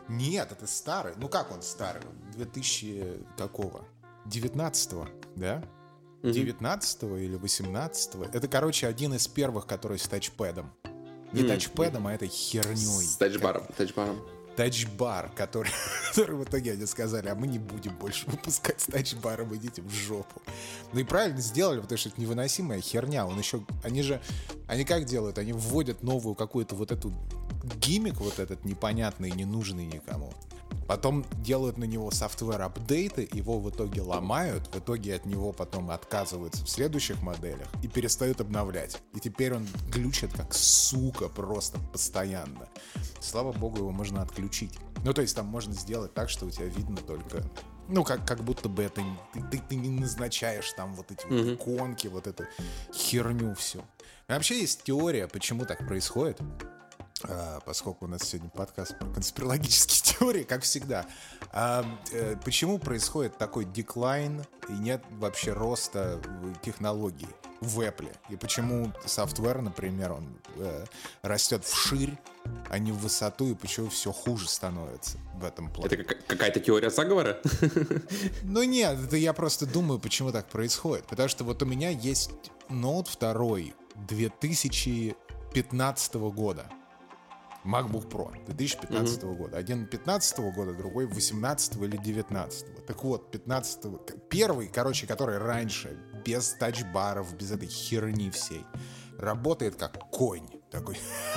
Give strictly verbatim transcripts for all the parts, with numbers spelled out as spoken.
Нет, это старый. Ну как он старый? две тысячи какого? девятнадцатого, да? Мгм. девятнадцатого или восемнадцатого. Это, короче, один из первых, который с тачпэдом. Не М. тачпэдом, а этой херней. С тачбаром, тачбаром. Тачбар, который, который в итоге они сказали, а мы не будем больше выпускать с тачбаром, идите в жопу. Ну и правильно сделали, потому что это невыносимая херня. Он еще, они же, они как делают? Они вводят новую какую-то вот эту гиммик, вот этот непонятный, ненужный никому. Потом делают на него софтвер-апдейты, его в итоге ломают, в итоге от него потом отказываются в следующих моделях и перестают обновлять. И теперь он глючит как сука просто постоянно. Слава богу, его можно отключить. Ну, то есть там можно сделать так, что у тебя видно только... Ну, как, как будто бы это... Ты, ты, ты не назначаешь там вот эти Мгм. вот иконки, вот эту херню всю. Вообще есть теория, почему так происходит. А, поскольку у нас сегодня подкаст про конспирологические теории, как всегда. А, э, почему происходит такой деклайн и нет вообще роста в технологий в Apple? И почему софтвер, например, он э, растет вширь, а не в высоту, и почему все хуже становится в этом плане? Это как- какая-то теория заговора? Ну нет, это я просто думаю, почему так происходит. Потому что вот у меня есть ноут второй две тысячи пятнадцатого года. MacBook Pro две тысячи пятнадцатого года. Один пятнадцатого года, другой восемнадцатого или девятнадцатого. Так вот, пятнадцатого... Первый, короче, который раньше, без тачбаров, без этой херни всей, работает как конь. Такой...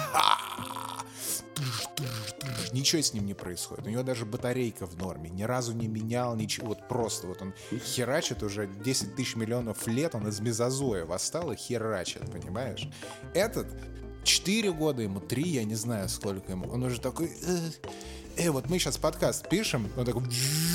Ничего с ним не происходит. У него даже батарейка в норме. Ни разу не менял ничего. Вот просто вот он херачит уже десять тысяч миллионов лет. Он из мезозоя восстал и херачит, понимаешь? Этот четыре года ему, три, я не знаю, сколько ему. Он уже такой... Э, э, вот мы сейчас подкаст пишем, он такой...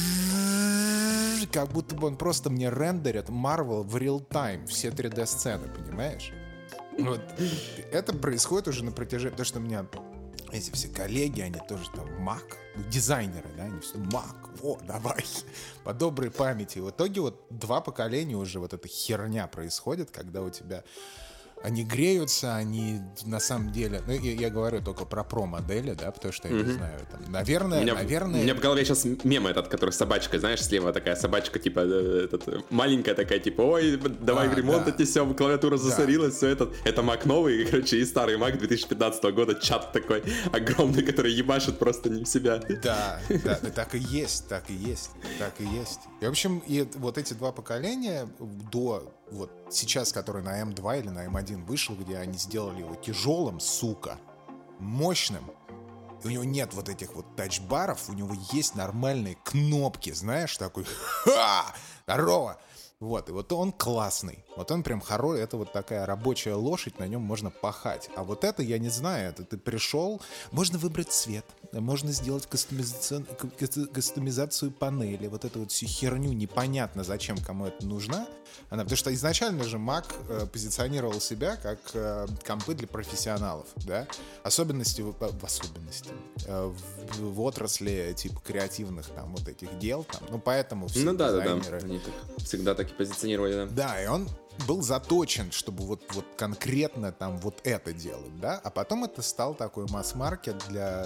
Как будто бы он просто мне рендерит Marvel в real-time, все три дэ-сцены, понимаешь? Вот. Это происходит уже на протяжении... Потому что у меня эти все коллеги, они тоже там Mac, ну, дизайнеры, да, они все Mac, о, давай, по доброй памяти. В итоге вот два поколения уже вот эта херня происходит, когда у тебя... Они греются, они на самом деле... Ну, я, я говорю только про про-модели, да, потому что я не Мгм. знаю, там, наверное, У меня, наверное... у меня в голове сейчас мем этот, который с собачкой, знаешь, слева такая собачка, типа, э, этот, маленькая такая, типа, ой, давай А, в ремонт да. отнесем, клавиатура засорилась, все это. Это Mac новый, короче, и старый Mac две тысячи пятнадцатого года, чат такой огромный, который ебашит просто не в себя. Да, да, да, так и есть, так и есть, так и есть. И, в общем, и вот эти два поколения до вот сейчас, который на эм два или на эм один вышел, где они сделали его тяжелым, сука, мощным, и у него нет вот этих вот тачбаров, у него есть нормальные кнопки, знаешь, такой ха! Здорово! Вот, и вот он классный. Вот он прям хороший, это вот такая рабочая лошадь, на нем можно пахать. А вот это, я не знаю, это ты пришел, можно выбрать цвет, можно сделать кастомизацию, кастомизацию панели, вот эту вот всю херню, непонятно, зачем кому это нужна. Она, потому что изначально же Mac э, позиционировал себя как э, компы для профессионалов, да? Особенности, в, в особенности, э, в, в отрасли типа креативных там вот этих дел, там, ну поэтому все Ну да, да, да, дизайнеры... они так всегда так и позиционировали, да. Да, и он был заточен, чтобы вот, вот конкретно там вот это делать, да, а потом это стал такой масс-маркет для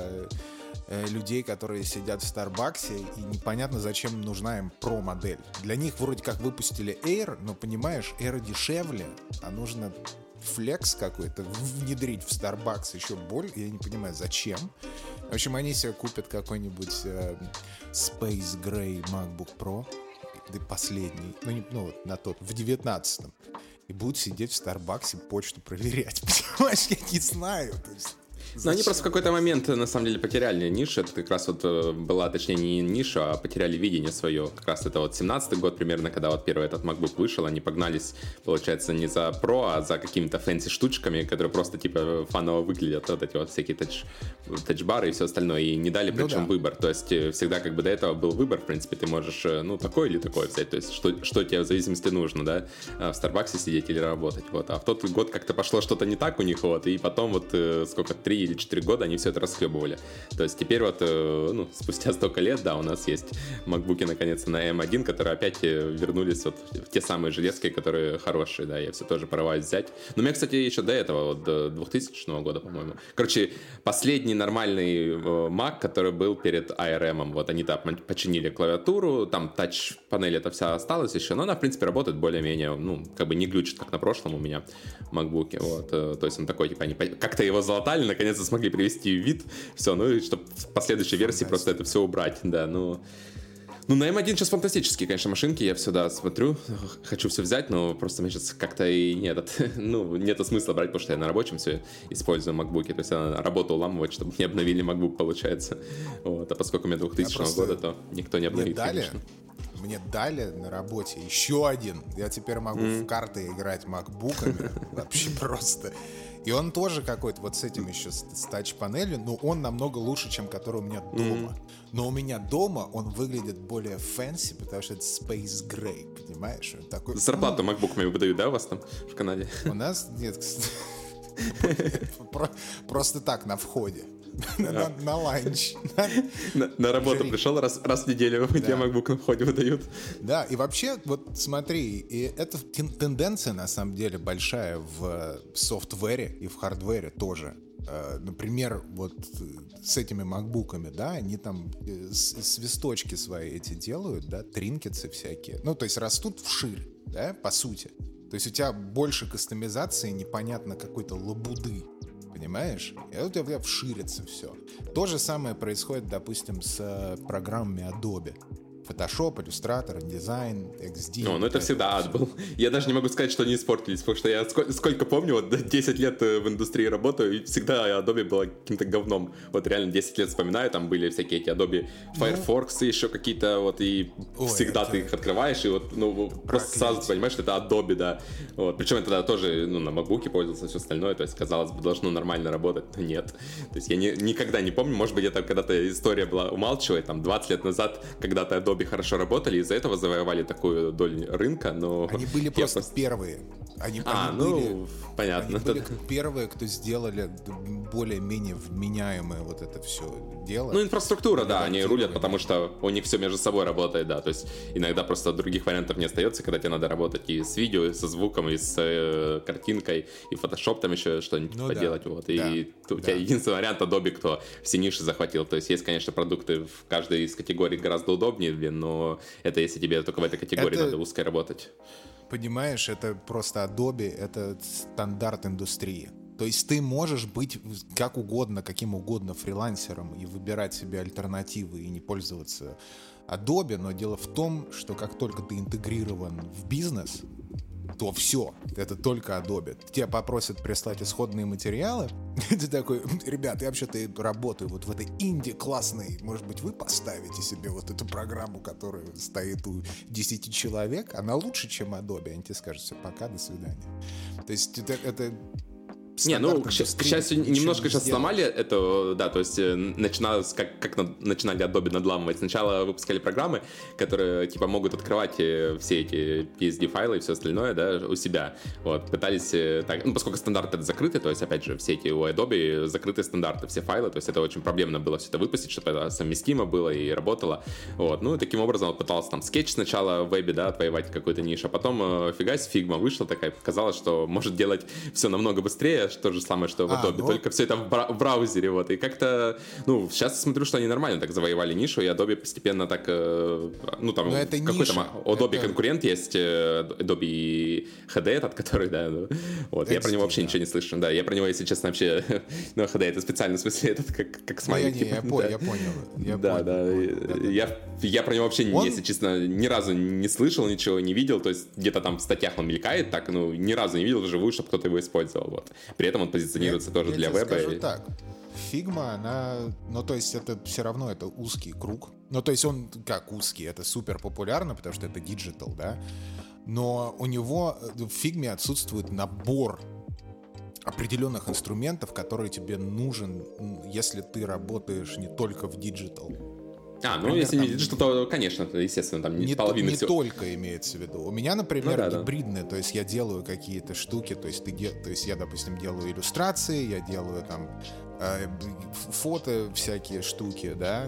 э, людей, которые сидят в Старбаксе, и непонятно, зачем нужна им про-модель. Для них вроде как выпустили Air, но, понимаешь, Air дешевле, а нужно флекс какой-то внедрить в Starbucks еще более, я не понимаю, зачем. В общем, они себе купят какой-нибудь э, Space Gray MacBook Pro, да последний, ну, не, ну вот на тот, в девятнадцатом, и будут сидеть в Старбаксе почту проверять. Понимаешь, я не знаю. То есть, Но они просто в какой-то момент, на самом деле, потеряли нишу. Это как раз вот была, точнее, не ниша, а потеряли видение свое. Как раз это вот семнадцатый год примерно, когда вот первый этот MacBook вышел, они погнались, получается, не за Pro, а за какими-то фэнси штучками, которые просто, типа, фаново выглядят. Вот эти вот всякие тач, тачбары и все остальное. И не дали, причем, ну, да. выбор. То есть всегда как бы до этого был выбор, в принципе, ты можешь, ну, такой или такой взять. То есть что, что тебе в зависимости нужно, да? В Старбаксе сидеть или работать. Вот. А в тот год как-то пошло что-то не так у них, вот. И потом вот сколько, три три или четыре года они все это расхлебывали. То есть теперь вот, ну, спустя столько лет, да, у нас есть макбуки, наконец-то, на эм один, которые опять вернулись вот в те самые железки, которые хорошие, да, я все тоже порываюсь взять. Но у меня, кстати, еще до этого, вот, до двухтысячного года, по-моему. Короче, последний нормальный Mac, который был перед эй ар эм, вот они там починили клавиатуру, там тач-панель это вся осталась еще, но она, в принципе, работает более-менее, ну, как бы не глючит, как на прошлом у меня макбуке, вот, то есть он такой, типа, они как-то его залатали, наконец-то смогли привести в вид, все, ну, и чтобы в последующей версии просто это все убрать, да, ну... Ну, на эм один сейчас фантастические, конечно, машинки, я всегда смотрю, хочу все взять, но просто мне сейчас как-то и нет, ну, нет смысла брать, потому что я на рабочем все использую макбуки, то есть я работу уламывать, чтобы не обновили макбук, получается, вот, а поскольку у меня двухтысячного года, то никто не обновит, конечно. Мне дали на работе еще один. Я теперь могу mm. в карты играть макбуками. Вообще просто. И он тоже какой-то вот с этим еще, с, с тач-панелью, но он намного лучше, чем который у меня дома. Mm. Но у меня дома он выглядит более фэнси, потому что это Space Gray, понимаешь? Он такой... Зарплату макбуками выдают, да, у вас там в Канаде? У нас нет. Просто так, на входе. На, на ланч. На, на работу пришел раз, раз в неделю, да. Тебе MacBook на входе выдают. Да, и вообще, вот смотри, и это тенденция на самом деле большая в софтвере и в хардвере тоже. Например, вот с этими макбуками, да, они там свисточки свои эти делают, да, тринкетсы всякие. Ну, то есть растут вширь, да, по сути. То есть у тебя больше кастомизации, непонятно какой-то лабуды. Понимаешь? И вот у тебя вширится все. То же самое происходит, допустим, с программами Adobe. Photoshop, Illustrator, InDesign, икс ди. Ну, ну это всегда ад был. Я даже не могу сказать, что они испортились, потому что я сколько, сколько помню, вот десять лет в индустрии работаю, и всегда Adobe была каким-то говном. Вот реально десять лет вспоминаю, там были всякие эти Adobe Firefox, ну, еще какие-то, вот, и ой, всегда это... ты их открываешь, и вот, ну, просто сразу понимаешь, что это Adobe, да. Вот. Причем я тогда тоже, ну, на MacBook'е пользовался, все остальное, то есть, казалось бы, должно нормально работать, но нет. То есть я не, никогда не помню, может быть, это когда-то история была умалчивает, там, двадцать лет назад, когда-то Adobe хорошо работали, из-за этого завоевали такую долю рынка, но... Они были просто, просто первые. Они, а, они ну, были, понятно. Они были первые, кто сделали более-менее вменяемое вот это все дело. Ну, инфраструктура, да, они рулят, потому что у них все между собой работает, да, то есть иногда просто других вариантов не остается, когда тебе надо работать и с видео, и со звуком, и с э, картинкой, и Photoshop там еще что-нибудь ну, поделать, да. Вот, и да. у тебя да. единственный вариант Adobe, кто все ниши захватил, то есть есть, конечно, продукты в каждой из категорий гораздо удобнее, блин, но это если тебе только в этой категории это... надо узкой работать. Понимаешь, это просто Adobe, это стандарт индустрии. То есть ты можешь быть как угодно, каким угодно фрилансером и выбирать себе альтернативы и не пользоваться Adobe, но дело в том, что как только ты интегрирован в бизнес, то все, это только Adobe. Тебя попросят прислать исходные материалы, и ты такой, ребят, я вообще-то работаю вот в этой инди классной, может быть, вы поставите себе вот эту программу, которая стоит у десяти человек, она лучше, чем Adobe, они тебе скажут, все, пока, до свидания. То есть это... это Не, ну, к, к счастью, немножко сейчас сломали это, да, то есть начиналось, как, как на, начинали Adobe надламывать. Сначала выпускали программы, которые, типа, могут открывать все эти пи эс ди-файлы и все остальное, да, у себя. Вот, пытались, так, ну, поскольку стандарты это закрыты, то есть, опять же, все эти у Adobe закрыты стандарты, все файлы, то есть это очень проблемно было все это выпустить, чтобы это совместимо было и работало. Вот, ну, и таким образом вот, пытался там Sketch сначала в вебе, да, отвоевать какую-то нишу, а потом, фигась, Figma вышла такая, показалось, что может делать все намного быстрее, то же самое, что в Adobe, а, ну... только все это в, бра- в браузере, вот, и как-то, ну, сейчас смотрю, что они нормально так завоевали нишу, и Adobe постепенно так, э, ну, там, какой там Adobe это... конкурент есть, э, Adobe эйч ди этот, который, да, ну, вот, это я про него вообще да. ничего не слышу, да, я про него, если честно, вообще, ну, эйч ди это специально, в смысле, этот, как, как смайлик, типа, я, да. я понял, я да, понял, да, да, да, я, я про него вообще, Он... если честно, ни разу не слышал, ничего не видел, то есть где-то там в статьях он мелькает, так, ну, ни разу не видел вживую, чтобы кто-то его использовал, вот, при этом он позиционируется я, тоже я для веба. Я скажу так, Figma, она, ну, то есть это все равно это узкий круг, ну, то есть он как узкий, это супер популярно, потому что это диджитал, да, но у него в Figma отсутствует набор определенных инструментов, которые тебе нужен, если ты работаешь не только в диджитал. А, ну, например, если не диджитал, то, конечно, естественно, там не, не половина не всего. только имеется в виду. У меня, например, ну, да, гибридные, да. То есть я делаю какие-то штуки, то есть, ты де... то есть я, допустим, делаю иллюстрации, я делаю там фото всякие штуки, да.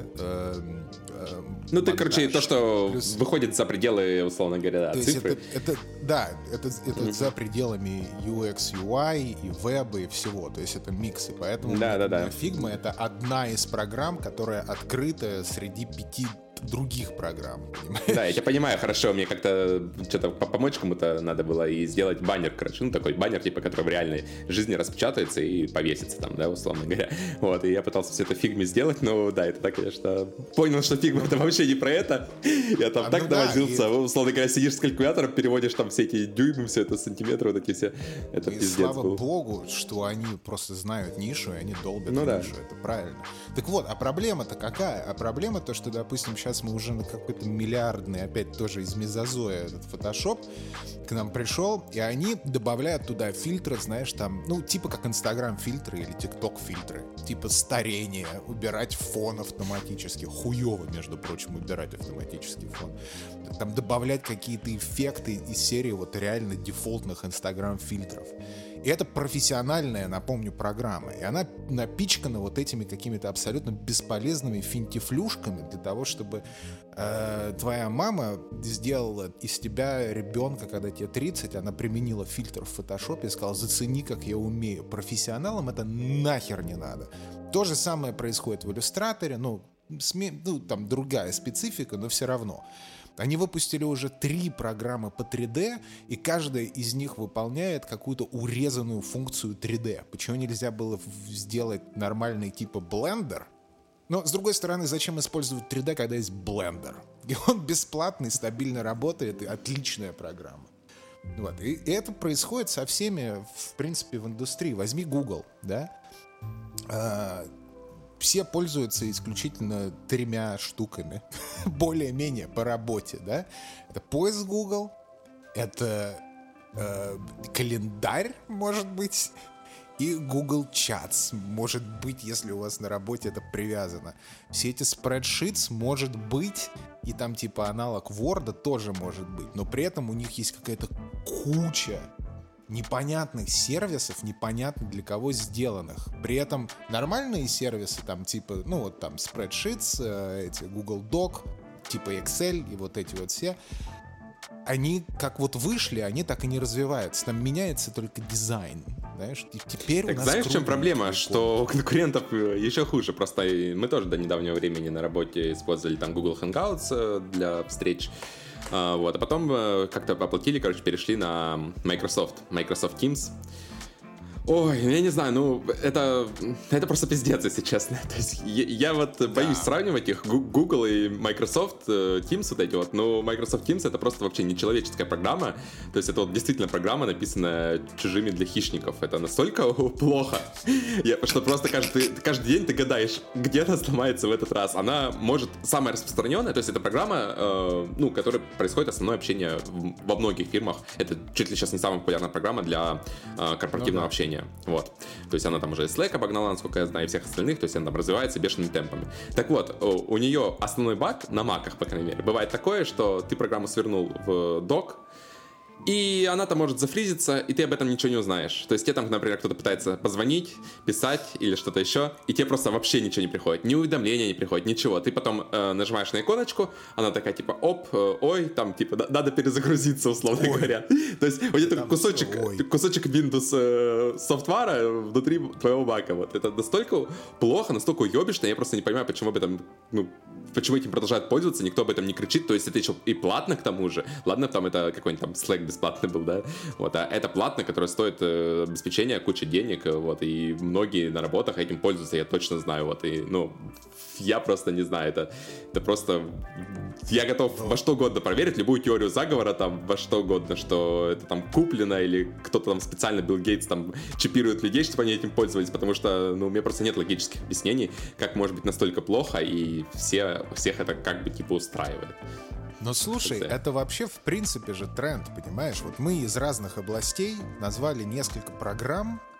Ну, ты, короче, то, что Плюс... выходит за пределы, условно говоря, то цифры. Это, это, да, это, это mm-hmm. за пределами ю экс, ю ай и веба и всего. То есть это миксы. Поэтому да, да, да. Figma — это одна из программ, которая открыта среди пяти других программ, понимаешь? Да, я тебя понимаю, хорошо, мне как-то что-то помочь кому-то надо было и сделать баннер, короче, ну такой баннер, типа, который в реальной жизни распечатается и повесится там, да, условно говоря. Вот, и я пытался все это в фигме сделать, но да, это так, конечно, понял, что фигма это вообще не про это. Я там а так ну навозился, да, и... условно говоря, сидишь с калькулятором, переводишь там все эти дюймы, все это сантиметры, вот эти все, это и пиздец слава был. богу, что они просто знают нишу, и они долбят ну, нишу, да. это правильно. Так вот, а проблема-то какая? А проблема то, что, допустим, сейчас мы уже на какой-то миллиардный, опять тоже из мезозоя этот фотошоп к нам пришел, и они добавляют туда фильтры, знаешь, там, ну, типа как Инстаграм фильтры или ТикТок фильтры, типа старение, убирать фон автоматически, хуёво, между прочим, убирать автоматический фон, там добавлять какие-то эффекты из серии вот реально дефолтных Инстаграм фильтров. И это профессиональная, напомню, программа. И она напичкана вот этими какими-то абсолютно бесполезными финтифлюшками для того, чтобы э, твоя мама сделала из тебя ребенка, когда тебе тридцать, она применила фильтр в фотошопе и сказала: зацени, как я умею. Профессионалам это нахер не надо. То же самое происходит в иллюстраторе, ну, сме... ну там другая специфика, но все равно. Они выпустили уже три программы по три дэ, и каждая из них выполняет какую-то урезанную функцию три дэ. Почему нельзя было сделать нормальный типа блендер? Но, с другой стороны, зачем использовать три дэ, когда есть блендер? И он бесплатный, стабильно работает, и отличная программа. Вот. И, и это происходит со всеми, в принципе, в индустрии. Возьми Google, да? А, все пользуются исключительно тремя штуками, более-менее по работе, да? Это поиск Google, это э, календарь, может быть, и Google Chats, может быть, если у вас на работе это привязано. Все эти spreadsheets, может быть, и там типа аналог Word тоже может быть, но при этом у них есть какая-то куча непонятных сервисов, непонятно для кого сделанных. При этом нормальные сервисы, там типа, ну вот там Spreadsheets, э, эти Google Doc, типа Excel и вот эти вот все, они как вот вышли, они так и не развиваются. Там меняется только дизайн. Знаешь, и теперь так у нас знаешь, в чем проблема? прикол. Что у конкурентов еще хуже. Просто мы тоже до недавнего времени на работе использовали там Google Hangouts для встреч. Uh, вот, а потом uh, как-то оплатили, короче, перешли на Microsoft, Microsoft Teams. Ой, я не знаю, ну, это, это просто пиздец, если честно. То есть я, я вот да. боюсь сравнивать их, Google и Microsoft Teams вот эти вот, но Microsoft Teams это просто вообще нечеловеческая программа. То есть это вот действительно программа, написанная чужими для хищников. Это настолько плохо, я, что просто каждый, каждый день ты гадаешь, где она сломается в этот раз. Она может, самая распространенная, то есть это программа, э, ну, которая происходит основное общение в, во многих фирмах. Это чуть ли сейчас не самая популярная программа для э, корпоративного ну, да. общения. Вот. То есть она там уже и Slack обогнала, насколько я знаю, и всех остальных, то есть она там развивается бешеными темпами. Так вот, у нее основной баг на маках, по крайней мере, бывает такое, что ты программу свернул в док, и она там может зафризиться, и ты об этом ничего не узнаешь. То есть тебе там, например, кто-то пытается позвонить, писать или что-то еще, и тебе просто вообще ничего не приходит. Ни уведомления не приходит, ничего. Ты потом э, нажимаешь на иконочку, она такая типа, оп, э, ой, там типа, да, надо перезагрузиться, условно ой. говоря. То есть у тебя кусочек, кусочек Windows э, софтвара внутри твоего мака. Вот. Это настолько плохо, настолько уебищно, я просто не понимаю, почему об этом, ну, почему этим продолжают пользоваться, никто об этом не кричит. То есть это еще и платно к тому же. Ладно, там это какой-нибудь там Slack бесплатный был, да, вот, а это платно, которое стоит э, обеспечение куча денег, вот, и многие на работах этим пользуются, я точно знаю, вот, и, ну, я просто не знаю, это, это просто, я готов во что угодно проверить, любую теорию заговора, там, во что угодно, что это там куплено, или кто-то там специально, Билл Гейтс, там, чипирует людей, чтобы они этим пользовались, потому что, ну, у меня просто нет логических объяснений, как может быть настолько плохо, и все, всех это как бы, типа, устраивает. Но слушай, это вообще в принципе же тренд, понимаешь? Вот мы из разных областей назвали несколько программ,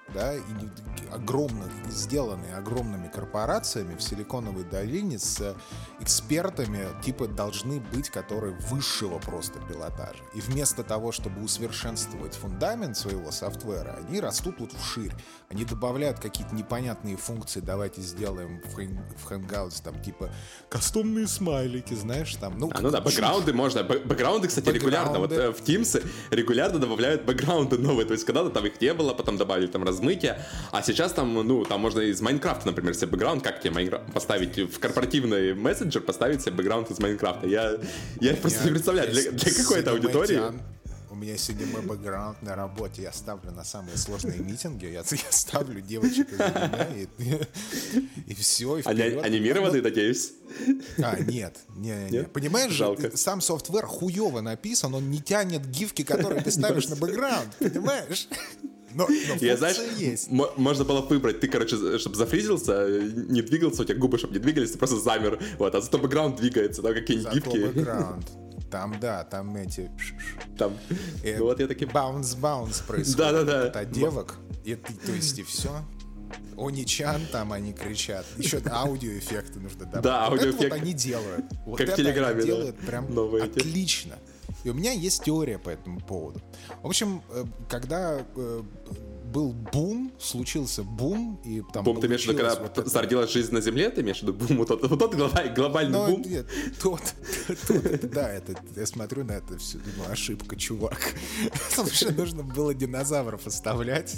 да, и огромных, сделанные огромными корпорациями в Силиконовой долине с экспертами, типа, должны быть, которые высшего просто пилотажа. И вместо того, чтобы усовершенствовать фундамент своего софтвера, они растут вот вширь. Они добавляют какие-то непонятные функции, давайте сделаем в, хэн- в Hangouts, там, типа, кастомные смайлики, знаешь, там, ну... А, ну да, бэкграунды можно. Бэ- бэкграунды, кстати, Бэкграунды. регулярно. Вот э, в Teams регулярно добавляют бэкграунды новые. То есть когда-то там их не было, потом добавили там размытие. А сейчас там, ну, там можно из Майнкрафта, например, себе бэкграунд. Как тебе Майнкрафт поставить в корпоративный мессенджер, поставить себе бэкграунд из Майнкрафта? Я, я просто не представляю, для, для какой это аудитории. У меня сегодня мой бэкграунд на работе. Я ставлю на самые сложные митинги. Я, я ставлю девочек из аниме, и, и все, и вперед. Ани- анимированный, надеюсь? А, нет. Не, не, не. Понимаешь, жалко. Сам софтвер хуёво написан, он не тянет гифки, которые ты ставишь на бэкграунд. Понимаешь? Но, но я, знаешь, есть. М- можно было выбрать, ты, короче, чтобы зафризился, не двигался, у тебя губы, чтобы не двигались, ты просто замер. Вот, а зато бэкграунд двигается, там какие-нибудь Зато гифки. бэкграунд. Там, да, там эти... Там. Э, ну, вот я таки... Баунс-баунс происходит. Да-да-да. От девок. И, то есть, и все. Они-чан там они кричат. Еще аудиоэффекты нужно добавить. Да, вот аудиоэффект. Это вот они делают. Вот как это в Телеграме, они да? делают прям новые отлично. И у меня есть теория по этому поводу. В общем, когда был бум, случился бум, и там бум, ты имеешь в виду, когда вот это... зародилась жизнь на Земле, ты имеешь в виду бум, вот тот, вот тот глобальный Но, бум? Нет, тот, тот, это, да, это, я смотрю на это все, думаю, ошибка, чувак. Слушай, нужно было динозавров оставлять.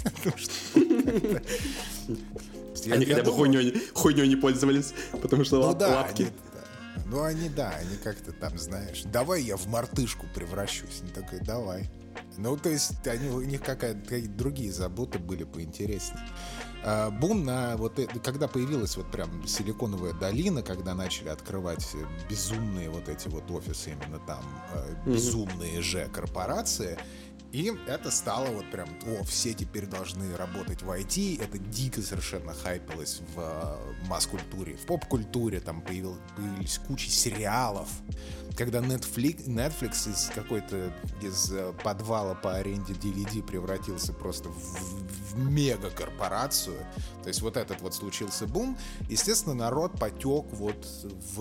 Они хотя бы хуйней не пользовались, потому что лапки. Ну, они, да, они как-то там, знаешь, давай я в мартышку превращусь. Они такой, давай. Ну, то есть, они, у них какая-то другие заботы были поинтереснее. А, бум на вот, когда появилась вот прям Силиконовая долина, когда начали открывать безумные вот эти вот офисы, именно там, mm-hmm. безумные же корпорации, и это стало вот прям, о, все теперь должны работать в ай ти, это дико совершенно хайпилось в uh, масс-культуре, в поп-культуре, там появил, появились куча сериалов, когда Netflix, Netflix из какой-то, из uh, подвала по аренде ди ви ди превратился просто в, в мега-корпорацию, то есть вот этот вот случился бум, естественно, народ потек вот в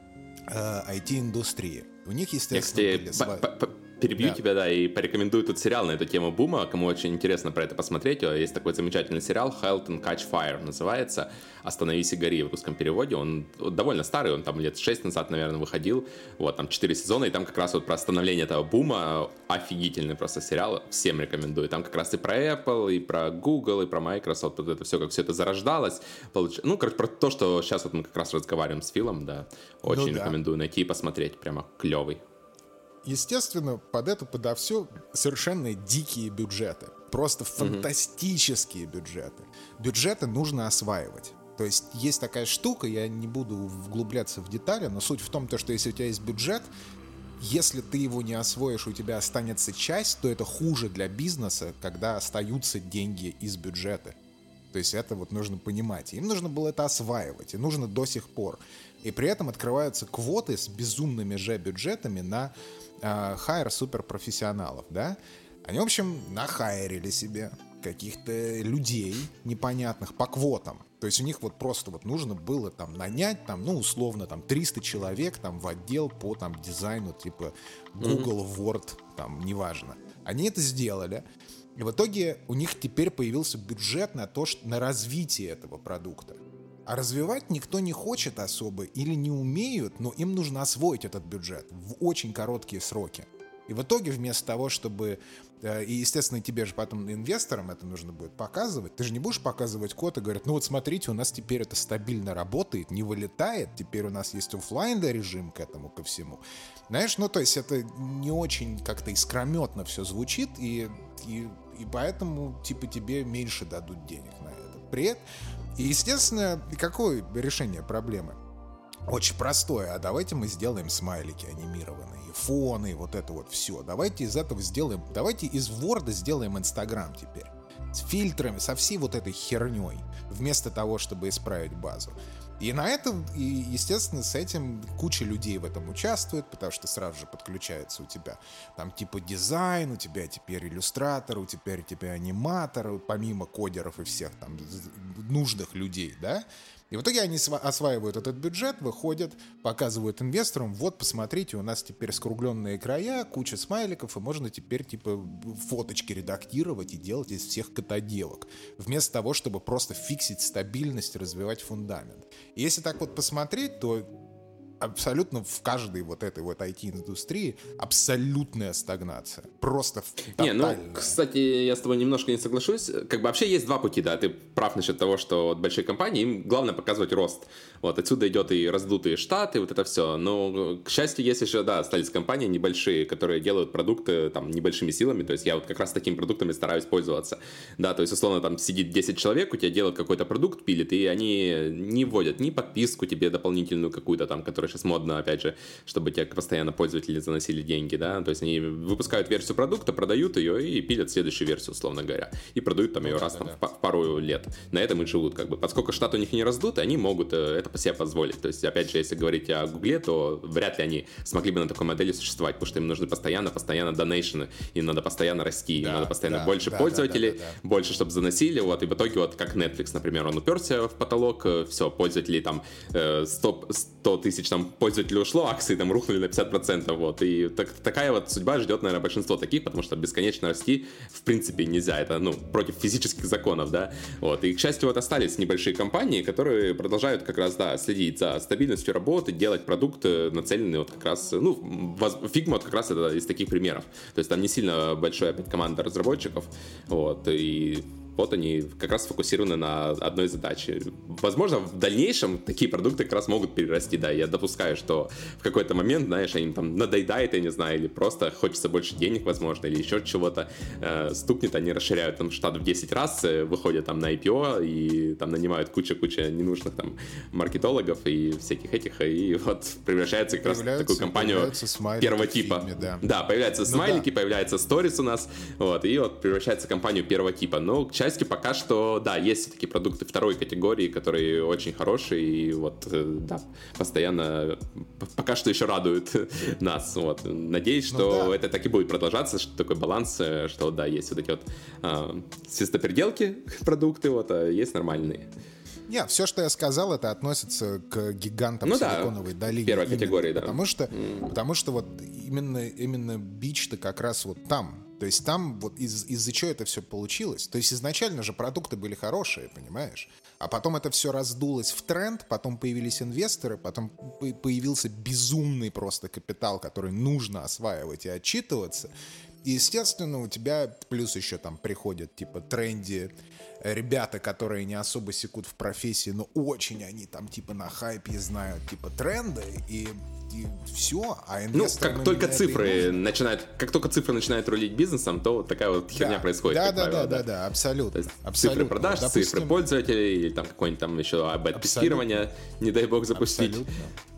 uh, ай ти-индустрии. У них, естественно, Я, были свои... Перебью да. тебя, да, и порекомендую тут сериал на эту тему бума, кому очень интересно про это посмотреть. Есть такой замечательный сериал «Halt and Catch Fire» называется, «Остановись и гори» в русском переводе. Он довольно старый, он там лет шесть назад, наверное, выходил. Вот, там четыре сезона, и там как раз вот про становление этого бума. Офигительный просто сериал, всем рекомендую. Там как раз и про Apple, и про Google, и про Microsoft, вот это все, как все это зарождалось. Получ... Ну, короче, про то, что сейчас вот мы как раз разговариваем с Филом, да. Очень ну, рекомендую да. найти и посмотреть, прямо клевый. Естественно, под это, подо все совершенно дикие бюджеты. Просто фантастические mm-hmm. бюджеты. Бюджеты нужно осваивать. То есть есть такая штука, я не буду вглубляться в детали, но суть в том, что если у тебя есть бюджет, если ты его не освоишь, у тебя останется часть, то это хуже для бизнеса, когда остаются деньги из бюджета. То есть это вот нужно понимать. Им нужно было это осваивать, и нужно до сих пор. И при этом открываются квоты с безумными же бюджетами на э, хайр суперпрофессионалов, да? Они, в общем, нахайрили себе каких-то людей непонятных по квотам. То есть у них вот просто вот нужно было там нанять, там, ну, условно, там, триста человек там в отдел по там дизайну, типа Google, mm-hmm. Word, там, неважно. Они это сделали. И в итоге у них теперь появился бюджет на то, что, на развитие этого продукта. А развивать никто не хочет особо или не умеют, но им нужно освоить этот бюджет в очень короткие сроки. И в итоге вместо того, чтобы... И, естественно, тебе же потом инвесторам это нужно будет показывать. Ты же не будешь показывать код и говорить, ну вот смотрите, у нас теперь это стабильно работает, не вылетает, теперь у нас есть офлайн режим к этому, ко всему. Знаешь, ну то есть это не очень как-то искрометно все звучит, и, и, и поэтому типа тебе меньше дадут денег на это. При этом, и, естественно, какое решение проблемы? Очень простое. А давайте мы сделаем смайлики анимированные, фоны, вот это вот все. Давайте из этого сделаем... Давайте из Word сделаем Инстаграм теперь. С фильтрами, со всей вот этой херней. Вместо того, чтобы исправить базу. И на этом, и, естественно, с этим куча людей в этом участвует, потому что сразу же подключается у тебя там типа дизайн, у тебя теперь иллюстратор, у тебя теперь аниматор, помимо кодеров и всех там нужных людей, да? И в итоге они осваивают этот бюджет, выходят, показывают инвесторам, вот, посмотрите, у нас теперь скругленные края, куча смайликов, и можно теперь, типа, фоточки редактировать и делать из всех котоделок, вместо того, чтобы просто фиксить стабильность и развивать фундамент. И если так вот посмотреть, то абсолютно в каждой вот этой вот ай ти-индустрии абсолютная стагнация. Просто тотальная. Не, ну, кстати, я с тобой немножко не соглашусь. Как бы вообще есть два пути, да. Ты прав насчет того, что вот большие компании, им главное показывать рост. Вот отсюда идет и раздутые штаты, вот это все. Но, к счастью, есть еще, да, остались компании небольшие, которые делают продукты там небольшими силами. То есть я вот как раз такими продуктами стараюсь пользоваться. Да, то есть, условно, там сидит десять человек, у тебя делают какой-то продукт, пилит, и они не вводят ни подписку тебе дополнительную какую-то там, которая сейчас модно, опять же, чтобы тебе постоянно пользователи заносили деньги, да, то есть они выпускают версию продукта, продают ее и пилят следующую версию, условно говоря, и продают там ее ну, раз да, там, да. в пару лет. На этом и живут, как бы. Поскольку штат у них не раздут, они могут это по себе позволить. То есть, опять же, если говорить о Гугле, то вряд ли они смогли бы на такой модели существовать, потому что им нужны постоянно, постоянно донейшены, им надо постоянно расти, да, им надо постоянно да, больше да, пользователей, да, да, да, да. больше, чтобы заносили, вот, и в итоге, вот, как Netflix, например, он уперся в потолок, все, пользователей там сто тысяч там пользователей ушло, акции там рухнули на пятьдесят процентов, вот, и так, такая вот судьба ждет, наверное, большинство таких, потому что бесконечно расти в принципе нельзя, это, ну, против физических законов, да, вот, и, к счастью, вот остались небольшие компании, которые продолжают как раз, да, следить за стабильностью работы, делать продукт, нацеленный вот как раз, ну, Figma вот как раз это из таких примеров, то есть там не сильно большая опять команда разработчиков, вот, и вот они как раз сфокусированы на одной задаче. Возможно, в дальнейшем такие продукты как раз могут перерасти, да, я допускаю, что в какой-то момент, знаешь, они там надоедает, я не знаю, или просто хочется больше денег, возможно, или еще чего-то, э, стукнет, они расширяют там штат в десять раз, э, выходят там на ай пи о и там нанимают куча-куча ненужных там маркетологов и всяких этих, и вот превращается как раз в такую компанию первого типа. Фильме, да. да, появляются ну, смайлики, да. появляется сторис у нас, вот, и вот превращается в компанию первого типа, но, к счастью, пока что, да, есть все-таки продукты второй категории, которые очень хорошие и вот, да, постоянно, пока что еще радуют нас, вот. Надеюсь, что ну, да. это так и будет продолжаться, что такой баланс, что, да, есть вот эти вот э, свистопеределки продукты, вот, а есть нормальные. Нет, все, что я сказал, это относится к гигантам ну, Силиконовой да, долины. Первой категории, да. Потому что, mm. потому что вот именно, именно бич-то как раз вот там. То есть там вот из- из-за чего это все получилось. То есть изначально же продукты были хорошие, понимаешь? А потом это все раздулось в тренд, потом появились инвесторы, потом появился безумный просто капитал, который нужно осваивать и отчитываться. И, естественно, у тебя плюс еще там приходят типа тренди, ребята, которые не особо секут в профессии, но очень они там типа на хайпе знают типа тренды, и, и все. А ну, как только цифры начинают, как только цифры начинают рулить бизнесом, то вот такая вот херня да, происходит. Да, да, правило, да, да, да, абсолютно. То есть абсолютно. Цифры продаж, допустим, цифры пользователей, или там какой-нибудь там еще эй би-тестирование, не дай бог запустить. Абсолютно.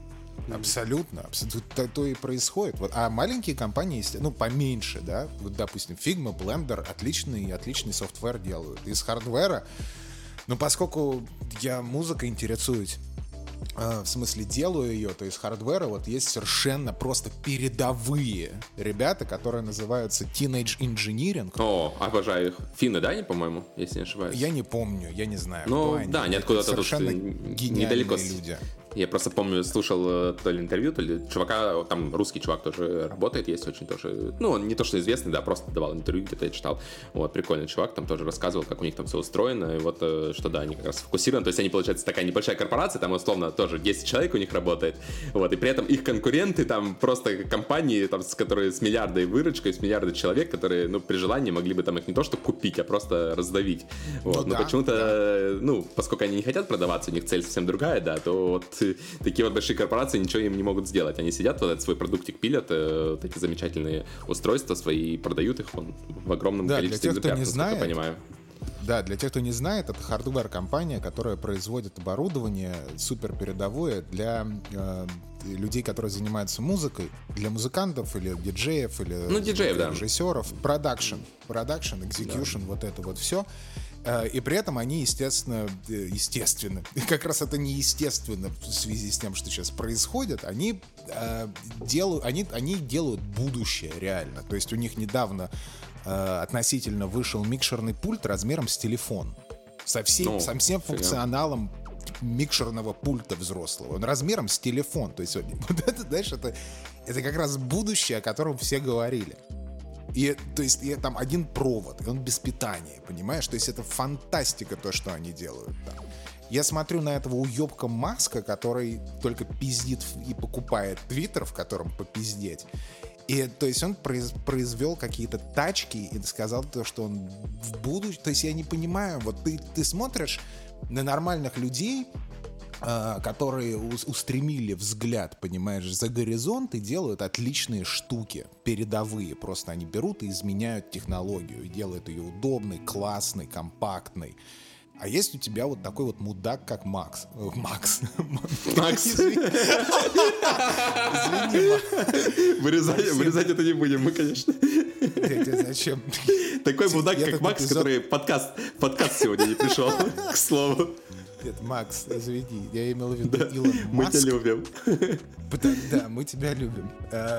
Абсолютно, абсолютно то, то и происходит. Вот. А маленькие компании, ну, поменьше, да, вот, допустим, Figma, Blender отличный, отличный софтвер делают. Из хардвера, ну, поскольку я музыкой интересуюсь, э, в смысле делаю ее, то из хардвера вот есть совершенно просто передовые ребята, которые называются Teenage Engineering. О, обожаю их. Финны, да, не, по-моему, если не ошибаюсь? Я не помню, я не знаю. Ну, да, они откуда-то тут недалеко. Люди. Я просто помню, слушал то ли интервью, то ли чувака, там русский чувак тоже работает, есть очень тоже, ну, он не то что известный, да, просто давал интервью, где-то я читал, вот, прикольный чувак, там тоже рассказывал, как у них там все устроено, и вот, что да, они как раз фокусированы, то есть они, получается, такая небольшая корпорация, там, условно, тоже десять человек у них работает, вот, и при этом их конкуренты, там, просто компании, там, с которые с миллиардой выручкой, с миллиардой человек, которые, ну, при желании могли бы там их не то что купить, а просто раздавить, вот, ну, но да, почему-то, да. ну, поскольку они не хотят продаваться, у них цель совсем другая, да, то вот такие вот большие корпорации ничего им не могут сделать. Они сидят, вот этот свой продуктик пилят, э, вот эти замечательные устройства свои, и продают их вон, в огромном да, количестве экземпляров, не знает, я понимаю. Да, для тех, кто не знает, это хардвер-компания, которая производит оборудование супер передовое для э, людей, которые занимаются музыкой, для музыкантов или диджеев, или ну, диджеев, да. режиссеров. Продакшн, продакшн, экзекьюшн, да. вот это вот все. И при этом они, естественно, естественно, как раз это неестественно в связи с тем, что сейчас происходит, они э, делают, они, они делают будущее реально. То есть у них недавно э, относительно вышел микшерный пульт размером с телефон. Со, всей, ну, со всем функционалом микшерного пульта взрослого. Он размером с телефон. То есть вот это, знаешь, это, это как раз будущее, о котором все говорили. И, то есть, и, там один провод, и он без питания, понимаешь? То есть это фантастика, то, что они делают там. Я смотрю на этого уебка Маска, который только пиздит и покупает Твиттер, в котором попиздеть. И, то есть, он произ, произвел какие-то тачки и сказал то, что он в будущем... То есть, я не понимаю, вот ты, ты смотришь на нормальных людей, которые устремили взгляд, понимаешь, за горизонт и делают отличные штуки, передовые. Просто они берут и изменяют технологию, и делают ее удобной, классной, компактной. А есть у тебя вот такой вот мудак, как Макс. Макс. Макс. Извини. Вырезать это не будем мы, конечно. Зачем? Такой мудак, как Макс, который подкаст сегодня не пришел, к слову. Нет, Макс, извини, я имел в виду да, Илон Маск. Мы тебя любим. Да, мы тебя любим.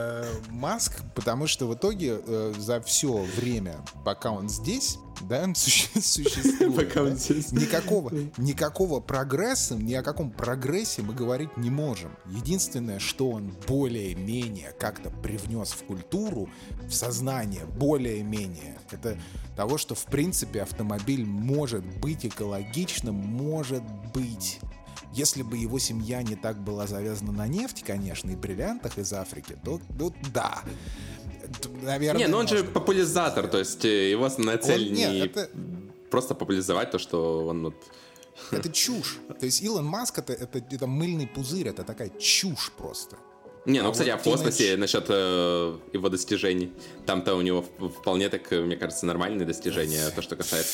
Маск, потому что в итоге за все время, пока он здесь, да, он существует. Пока он здесь. Никакого, никакого прогресса, ни о каком прогрессе мы говорить не можем. Единственное, что он более-менее как-то привнес в культуру, в сознание, более-менее, это того, что в принципе автомобиль может быть экологичным, может быть. Если бы его семья не так была завязана на нефти, конечно, и бриллиантах из Африки, то, то да. Наверное, не, но он же популяризатор, то есть его основная цель он, не нет, это... просто популяризовать то, что он вот... Это чушь. То есть Илон Маск это, это, это мыльный пузырь, это такая чушь просто. Не, ну, а кстати, вот о космосе, нач... насчет э, его достижений. Там-то у него вполне так, мне кажется, нормальные достижения, то, что касается...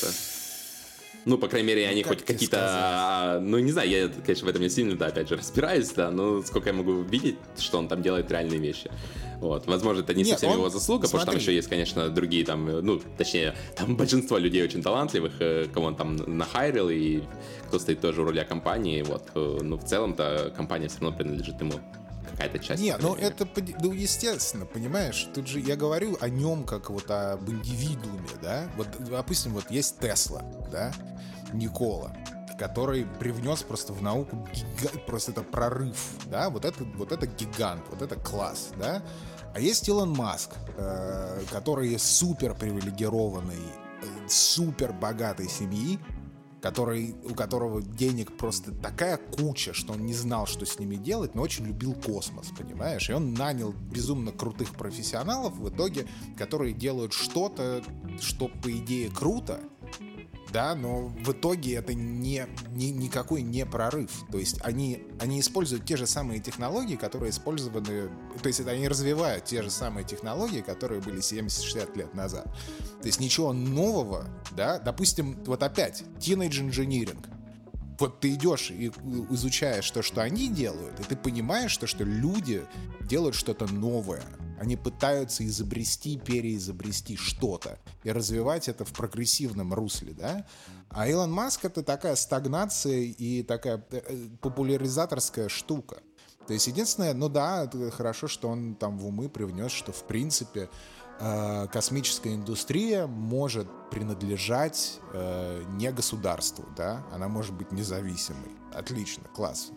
Ну, по крайней мере, ну, они хоть какие-то... А, ну, не знаю, я, конечно, в этом не сильно, да, опять же, разбираюсь, да, но сколько я могу видеть, что он там делает реальные вещи. Вот. Возможно, это не Нет, совсем он... его заслуга, Смотри. Потому что там еще есть, конечно, другие там, ну, точнее, там большинство людей очень талантливых, кого он там нахайрил, и кто стоит тоже у руля компании, вот. Ну, в целом-то компания все равно принадлежит ему. Какая-то часть. Не, ну это, ну, естественно, понимаешь, тут же я говорю о нем как вот об индивидууме, да, вот, допустим, вот есть Тесла, да, Никола, который привнес просто в науку гига... просто это прорыв, да, вот это, вот это гигант, вот это класс, да, а есть Илон Маск, э, который супер привилегированный, э, супер богатой семьи, который, у которого денег просто такая куча, что он не знал, что с ними делать, но очень любил космос, понимаешь? И он нанял безумно крутых профессионалов в итоге, которые делают что-то, что по идее круто, да, но в итоге это не, не, никакой не прорыв. То есть они, они используют те же самые технологии, которые использованы... То есть это они развивают те же самые технологии, которые были семьдесят-шестьдесят лет назад. То есть ничего нового, да. Допустим, вот опять, teenage engineering. Вот ты идешь и изучаешь то, что они делают, и ты понимаешь, что, что люди делают что-то новое. Они пытаются изобрести, переизобрести что-то и развивать это в прогрессивном русле, да? А Илон Маск — это такая стагнация и такая популяризаторская штука. То есть единственное, ну да, это хорошо, что он там в умы привнес, что в принципе космическая индустрия может принадлежать э, не государству, да, она может быть независимой. Отлично, класс.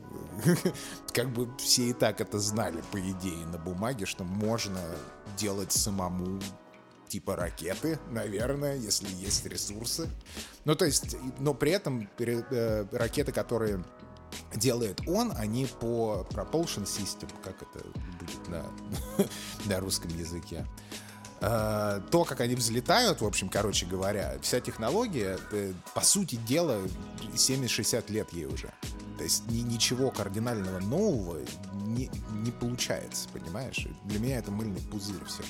Как бы все и так это знали, по идее, на бумаге, что можно делать самому типа ракеты, наверное, если есть ресурсы. Ну, то есть, но при этом э, ракеты, которые делает он, они по propulsion system, как это будет на, на русском языке, то, как они взлетают, в общем, короче говоря, вся технология, по сути дела, семьдесят-шестьдесят лет ей уже. То есть ни, ничего кардинального нового не, не получается, понимаешь? Для меня это мыльный пузырь все.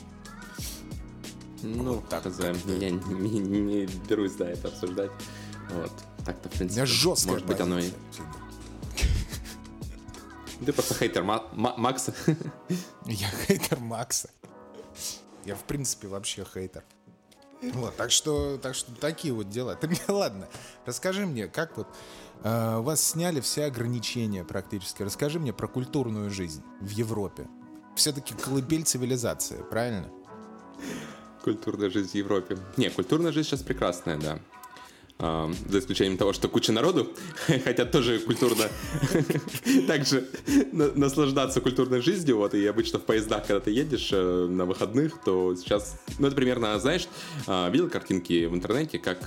Ну, вот так за... Я не, не, не берусь, да, это обсуждать. Вот. Так-то, в принципе, жесткая может быть, оно и... Ты просто хейтер Ма- Ма- Макса. Я хейтер Макса. Я, в принципе, вообще хейтер. Вот, так что, так что такие вот дела. Ты мне, ладно, расскажи мне, как вот э, у вас сняли все ограничения практически. Расскажи мне про культурную жизнь в Европе. Все-таки колыбель цивилизации, правильно? Культурная жизнь в Европе. Не, культурная жизнь сейчас прекрасная, да. Uh, за исключением того, что куча народу хотят тоже культурно также наслаждаться культурной жизнью, вот, и обычно в поездах, когда ты едешь на выходных, то сейчас, ну, это примерно, знаешь, видел картинки в интернете, как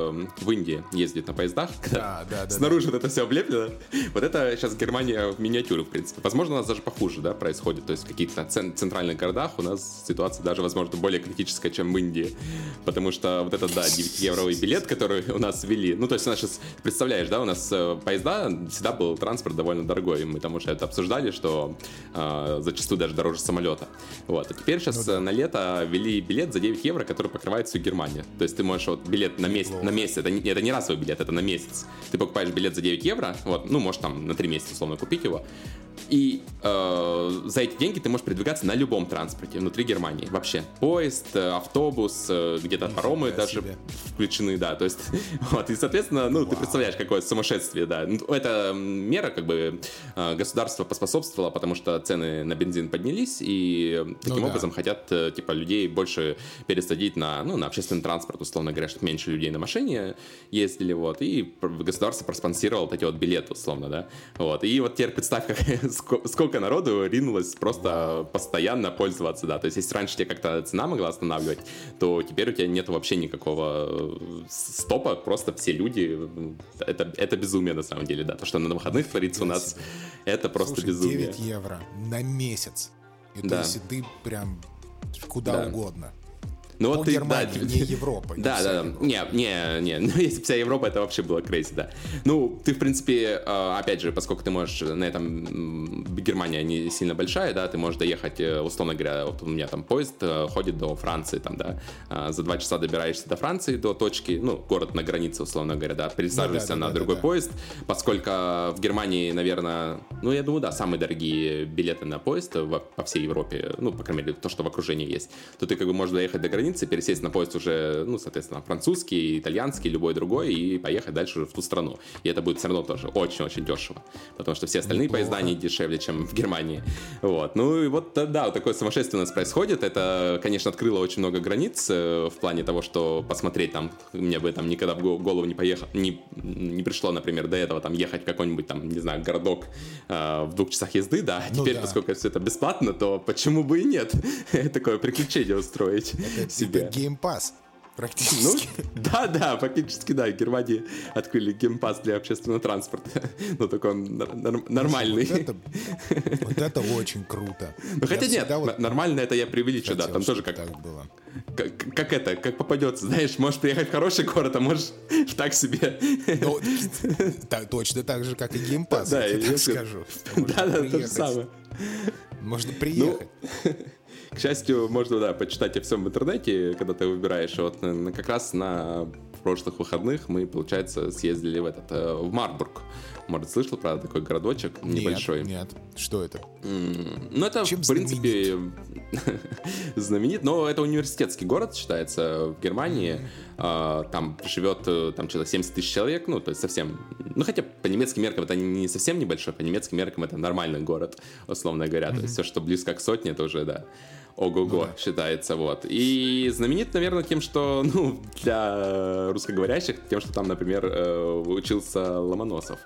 в Индии ездят на поездах, когда да, да, снаружи да, да. вот это все облеплено, вот это сейчас Германия в миниатюре, в принципе. Возможно, у нас даже похуже, да, происходит, то есть в каких-то центральных городах у нас ситуация даже, возможно, более критическая, чем в Индии, потому что вот этот, да, девятиевровый билет, который у нас нас ввели. Ну, то есть у нас сейчас, представляешь, да, у нас э, поезда, всегда был транспорт довольно дорогой, и мы там уже это обсуждали, что э, зачастую даже дороже самолета. Вот. А теперь сейчас ну, да. на лето ввели билет за девять евро, который покрывает всю Германию. То есть ты можешь вот билет на месяц, на месяц, это не, это не разовый билет, это на месяц. Ты покупаешь билет за девять евро, вот, ну, можешь там на три месяца условно купить его, и э, за эти деньги ты можешь передвигаться на любом транспорте внутри Германии. Вообще. Поезд, автобус, где-то паромы даже себе. включены, да. То есть, вот, и, соответственно, ну, Вау. ты представляешь, какое сумасшествие, да. Эта мера, как бы, государство поспособствовало, потому что цены на бензин поднялись, и таким ну, образом да. хотят, типа, людей больше пересадить на, ну, на общественный транспорт, условно говоря, чтобы меньше людей на машине ездили, вот. И государство проспонсировало вот эти вот билеты, условно, да. Вот. И вот теперь представь, как сколько народу ринулось просто постоянно пользоваться, да, то есть если раньше тебе как-то цена могла останавливать, то теперь у тебя нет вообще никакого стопа, просто все люди, это, это безумие на самом деле, да, то, что на выходных творится у нас, это просто Слушай, безумие. девять евро на месяц, и да. то есть ты прям куда да. угодно. Ну По вот ты, Германии, да, не Европа. Не да, да, Европа. не, не, не, ну если вся Европа, это вообще было крейзи, да. Ну, ты, в принципе, опять же, поскольку ты можешь на этом, Германия не сильно большая, да, ты можешь доехать, условно говоря, вот у меня там поезд ходит до Франции, там, да, за два часа добираешься до Франции, до точки, ну, город на границе, условно говоря, да, пересаживаешься ну, да, да, на да, другой да, да. поезд, поскольку в Германии, наверное, ну, я думаю, да, самые дорогие билеты на поезд по всей Европе, ну, по крайней мере, то, что в окружении есть, то ты как бы можешь доехать до границы, пересесть на поезд уже, ну, соответственно, французский, итальянский, любой другой, и поехать дальше уже в ту страну. И это будет все равно тоже очень-очень дешево, потому что все остальные Неплохо. поезда, они дешевле, чем в Германии. Вот. Ну, и вот, да, вот такое сумасшествие у нас происходит. Это, конечно, открыло очень много границ в плане того, что посмотреть там, мне бы там никогда в голову не поехал, не, не пришло, например, до этого там ехать в какой-нибудь там, не знаю, городок э, в двух часах езды, да. Ну, теперь, да. поскольку все это бесплатно, то почему бы и нет такое приключение устроить себе. Геймпасс. Практически. Ну, да, да, фактически, да. В Германии открыли геймпасс для общественного транспорта. Ну, такой он нормальный. Вот это, вот это очень круто. Ну, хотя нет, вот нормально это я преувеличу, да. Там тоже как, так было. Как, как это, как попадется. Знаешь, можешь приехать в хороший город, а можешь так себе. Ну, так, точно так же, как и геймпасс, да, я тебе скажу. Да, да, то же самое. Можно приехать. Ну, к счастью, можно, да, почитать о всем в интернете, когда ты выбираешь. Вот как раз на прошлых выходных мы, получается, съездили в этот, в Марбург. Может, слышал про такой городочек небольшой? Нет, нет. Что это? Mm, ну, это, Чем в принципе, знаменит, но это университетский город, считается, в Германии. Mm. Там живет, там, что-то семьдесят тысяч человек, ну, то есть совсем... Ну, хотя по немецким меркам это не совсем небольшой, по немецким меркам это нормальный город, условно говоря. Mm-hmm. То есть все, что близко к сотне, это уже, да, ого-го, ну, да. считается, вот. И знаменит, наверное, тем, что, ну, для русскоговорящих, тем, что там, например, учился Ломоносов.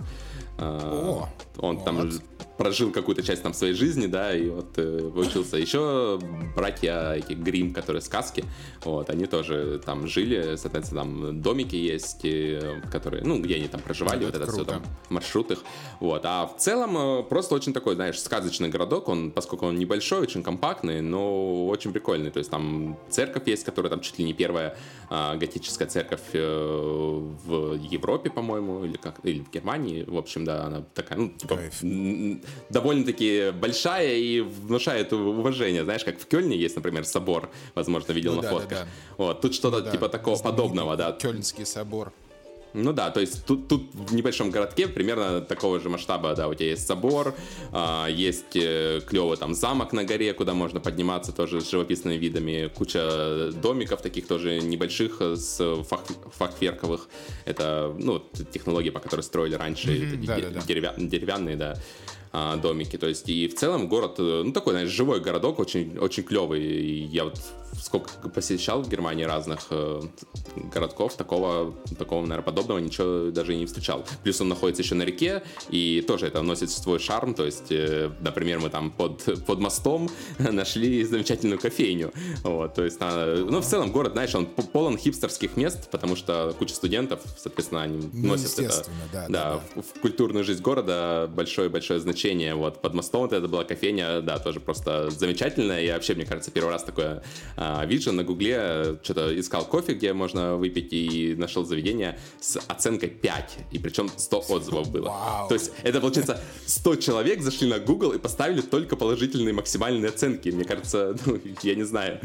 О, он вот. там прожил какую-то часть там своей жизни, да, и вот э, выучился. Еще братья эти Гримм, которые сказки, вот, они тоже там жили, соответственно, там домики есть, которые, ну, где они там проживали, вот это все там, маршрут их, вот. А в целом просто очень такой, знаешь, сказочный городок, он, поскольку он небольшой, очень компактный, но очень прикольный, то есть там церковь есть, которая там чуть ли не первая а, готическая церковь э, в Европе, по-моему, или как, или в Германии, в общем, да, она такая, ну, типа, довольно-таки большая и внушает уважение. Знаешь, как в Кёльне есть, например, собор, возможно, видел ну, на да, фотках. Да, да. Вот, тут что-то ну, да. типа такого подобного, да. Кёльнский собор. Ну да, то есть тут, тут в небольшом городке примерно такого же масштаба, да, у тебя есть собор, а, есть э, клевый там замок на горе, куда можно подниматься тоже с живописными видами, куча домиков таких тоже небольших с фах, фахверковых, это, ну, технологии, по которой строили раньше, Mm-hmm, это да, да, деревя, деревянные, да, домики, то есть и в целом город, ну такой, знаешь, живой городок, очень, очень клевый, и я вот сколько посещал в Германии разных э, городков, такого, такого, наверное, подобного ничего даже и не встречал. Плюс он находится еще на реке, и тоже это носит свой шарм, то есть, э, например, мы там под, под мостом нашли замечательную кофейню, вот, то есть, а, ну, в целом город, знаешь, он полон хипстерских мест, потому что куча студентов, соответственно, они ну, носят это, да, да, да, да. В, в культурную жизнь города большое-большое значение, вот, под мостом вот это была кофейня, да, тоже просто замечательная, и вообще, мне кажется, первый раз такое а, виджен на гугле, что-то искал кофе, где можно выпить, и нашел заведение с оценкой пять, и причем сто отзывов было. Вау. То есть это, получается, сто человек зашли на Google и поставили только положительные максимальные оценки. Мне кажется, ну, я не знаю.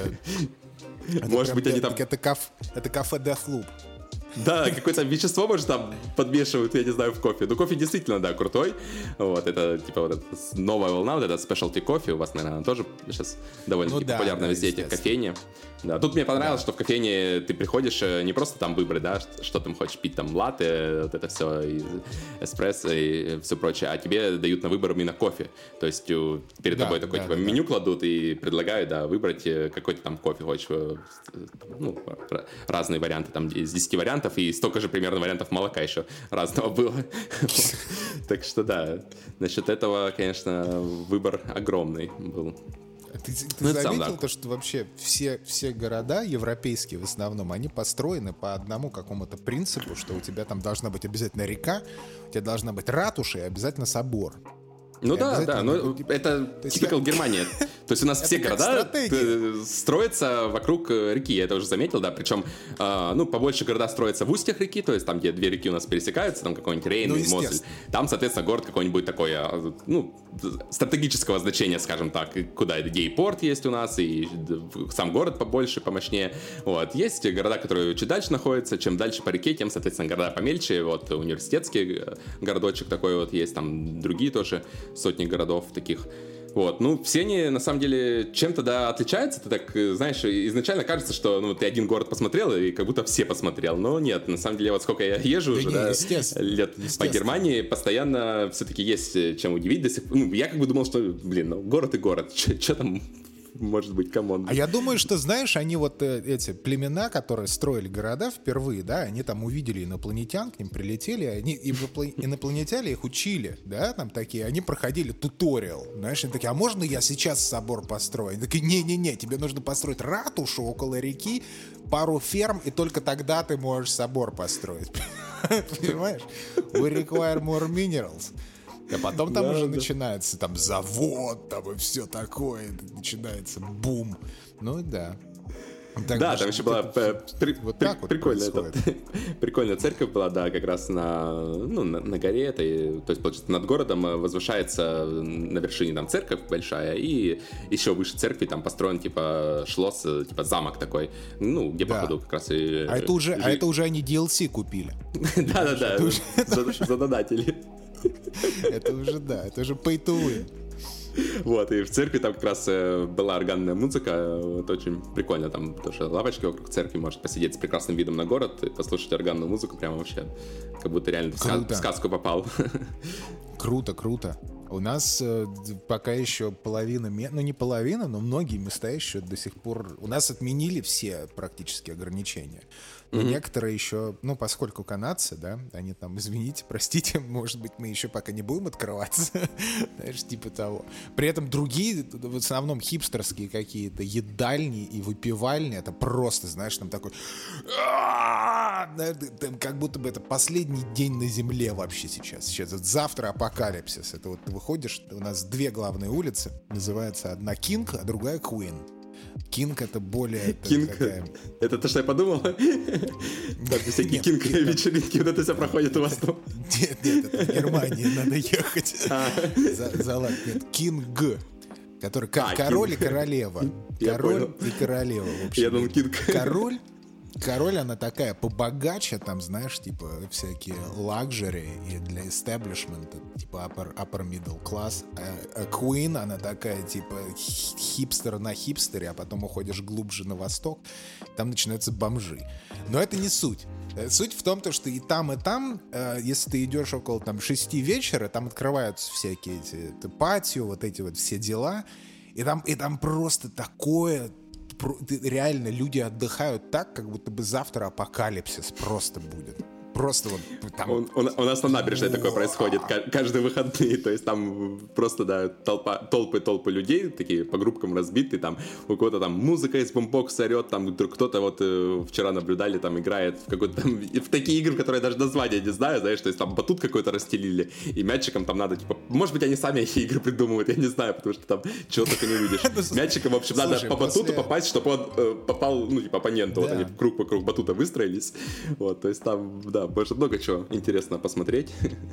Может быть, они там... Это кафе Deathloop. Да, какое-то вещество, может, там подмешивают, я не знаю, в кофе. Ну, кофе действительно, да, крутой. Вот, это, типа, вот эта новая волна, вот этот specialty кофе. У вас, наверное, тоже сейчас довольно-таки ну, да, популярна да, везде эти кофейни. Да, тут мне понравилось, да. что в кофейне ты приходишь не просто там выбрать, да, что там хочешь пить, там латте, вот это все, и эспрессо и все прочее, а тебе дают на выбор именно кофе. То есть перед да, тобой такое, да, типа, да, меню да. кладут и предлагают, да, выбрать какой-то там кофе хочешь. Ну, разные варианты, там из десяти вариантов, и столько же примерно вариантов молока еще разного было. Так что да, насчет этого, конечно, выбор огромный был. Ты, ты ну, заметил сам, да. то, что вообще все, все города европейские в основном, они построены по одному какому-то принципу, что у тебя там должна быть обязательно река, у тебя должна быть ратуша и обязательно собор. Ну и да, да, но будет... это типикал Германии. То есть у нас все города строятся вокруг реки, я это уже заметил, да, причем, ну, побольше города строятся в устьях реки, то есть там, где две реки у нас пересекаются, там какой-нибудь Рейн и Мосель, там, соответственно, город какой-нибудь такой, ну, стратегического значения, скажем так, куда, где и порт есть у нас, и сам город побольше, помощнее, вот. Есть города, которые чуть дальше находятся, чем дальше по реке, тем, соответственно, города помельче, вот, университетский городочек такой вот есть, там другие тоже сотни городов таких. Вот, ну, все они, на самом деле, чем-то, да, отличаются. Ты так, знаешь, изначально кажется, что, ну, ты один город посмотрел, и как будто все посмотрел. Но нет, на самом деле, вот сколько я езжу да уже, не, да, лет по Германии, постоянно все-таки есть чем удивить до сих пор. Ну, я как бы думал, что, блин, ну, город и город, что там... Может быть, камон. А я думаю, что, знаешь, они вот э, эти племена, которые строили города впервые, да, они там увидели инопланетян, к ним прилетели, они, и инопланетяне их учили, да, там такие, они проходили туториал, знаешь, они такие, а можно я сейчас собор построю? Они такие, не-не-не, тебе нужно построить ратушу около реки, пару ферм, и только тогда ты можешь собор построить. Понимаешь? We require more minerals. А потом там да, уже да. начинается там завод, там и все такое, начинается бум. Ну да. Так, да, там еще была при, вот при, вот прикольная, это, прикольная церковь была, да, как раз на, ну, на, на горе этой, то есть, получается, над городом возвышается на вершине там церковь большая, и еще выше церкви там построен типа шлосс, типа замок такой, ну, где, да. походу, как раз и... А это уже, а это уже они ди эл си купили. Да-да-да, задонатили. Это уже, да, это уже pay to win. Вот, и в церкви там как раз была органная музыка, вот очень прикольно, там тоже лавочки вокруг церкви, может посидеть с прекрасным видом на город и послушать органную музыку, прямо вообще, как будто реально в сказку попал. Круто, круто. У нас э, пока еще половина, ну не половина, но многие места еще до сих пор... У нас отменили все практически ограничения. Но mm-hmm. некоторые еще, ну поскольку канадцы, да, они там, извините, простите, может быть, мы еще пока не будем открываться, знаешь, типа того. При этом другие, в основном хипстерские какие-то едальни и выпивальни, это просто, знаешь, там такой... Как будто бы это последний день на земле вообще сейчас. Сейчас завтра апокалипсис. Это вот ты выходишь, у нас две главные улицы, называется одна Кинг, а другая Куин. Кинг это более... Кинг, это, такая... это то, что я подумал? Да, всякие кинг-вечеринки, вот это все проходит у вас там. Нет, нет, это в Германии надо ехать. За лад. Нет, Кинг, который король и королева. Король и королева, в общем. Я думал, Кинг. Король Король, она такая побогаче, там, знаешь, типа всякие лакжери и для истеблишмента, типа upper, upper middle class. А, а Queen, она такая, типа, хипстер на хипстере, а потом уходишь глубже на восток, там начинаются бомжи. Но это не суть. Суть в том, что и там, и там, если ты идешь около там шести вечера, там открываются всякие эти патио, вот эти вот все дела, и там, и там просто такое... Реально люди отдыхают так, как будто бы завтра апокалипсис просто будет. Просто вот там... У, у, у нас на набережной такое происходит каждые выходные, то есть там просто, да, толпа, толпы-толпы людей, такие по группкам разбиты, там у кого-то там музыка из бомбокса орет, там кто-то вот э, вчера наблюдали, там играет в какой-то там, в такие игры, которые я даже названия не знаю, знаешь, то есть там батут какой-то расстелили, и мячиком там надо, типа, может быть, они сами эти игры придумывают, я не знаю, потому что там чего только не увидишь. Мячиком, в общем, надо по батуту попасть, чтобы он попал, ну, типа, оппоненту, вот они круг вокруг батута выстроились, вот, то есть там, да, больше много чего интересно посмотреть.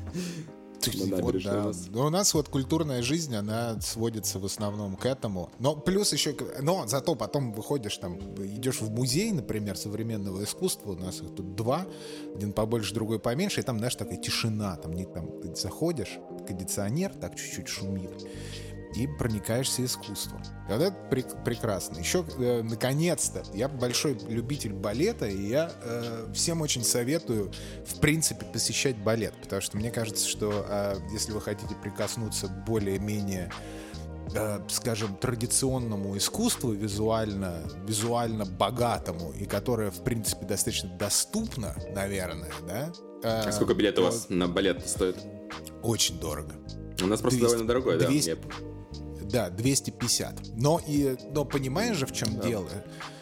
Вот, да. Но у нас вот культурная жизнь, она сводится в основном к этому. Но плюс еще... Но зато потом выходишь там, идешь в музей, например, современного искусства. У нас их тут два. Один побольше, другой поменьше. И там, знаешь, такая тишина. Там, не, там ты заходишь, кондиционер так чуть-чуть шумит. И проникаешься искусством. И вот это прек- прекрасно. Еще, э, наконец-то, я большой любитель балета, и я э, всем очень советую, в принципе, посещать балет, потому что мне кажется, что э, если вы хотите прикоснуться к более-менее, э, скажем, традиционному искусству, визуально, визуально богатому, и которое, в принципе, достаточно доступно, наверное, да? Э, а сколько билет то... у вас на балет стоит? Очень дорого. У нас просто довольно дорогой, двести да. Да, двести пятьдесят. Но, и, но понимаешь же, в чем да. дело?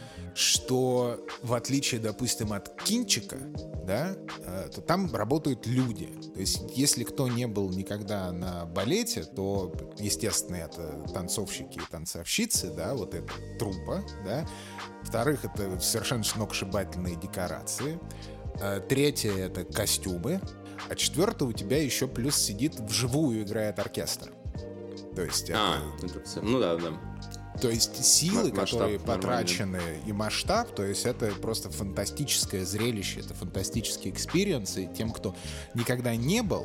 Что в отличие, допустим, от кинчика, да, то там работают люди. То есть, если кто не был никогда на балете, то, естественно, это танцовщики и танцовщицы, да, вот это труппа, да. Во-вторых, это совершенно сногсшибательные декорации. Третье — это костюмы. А четвертое, у тебя еще плюс сидит вживую играет оркестр. То есть это... А, это все. Ну да, да. То есть силы, М- которые потрачены, нормальный. И масштаб, то есть это просто фантастическое зрелище, это фантастический экспириенс, и тем, кто никогда не был,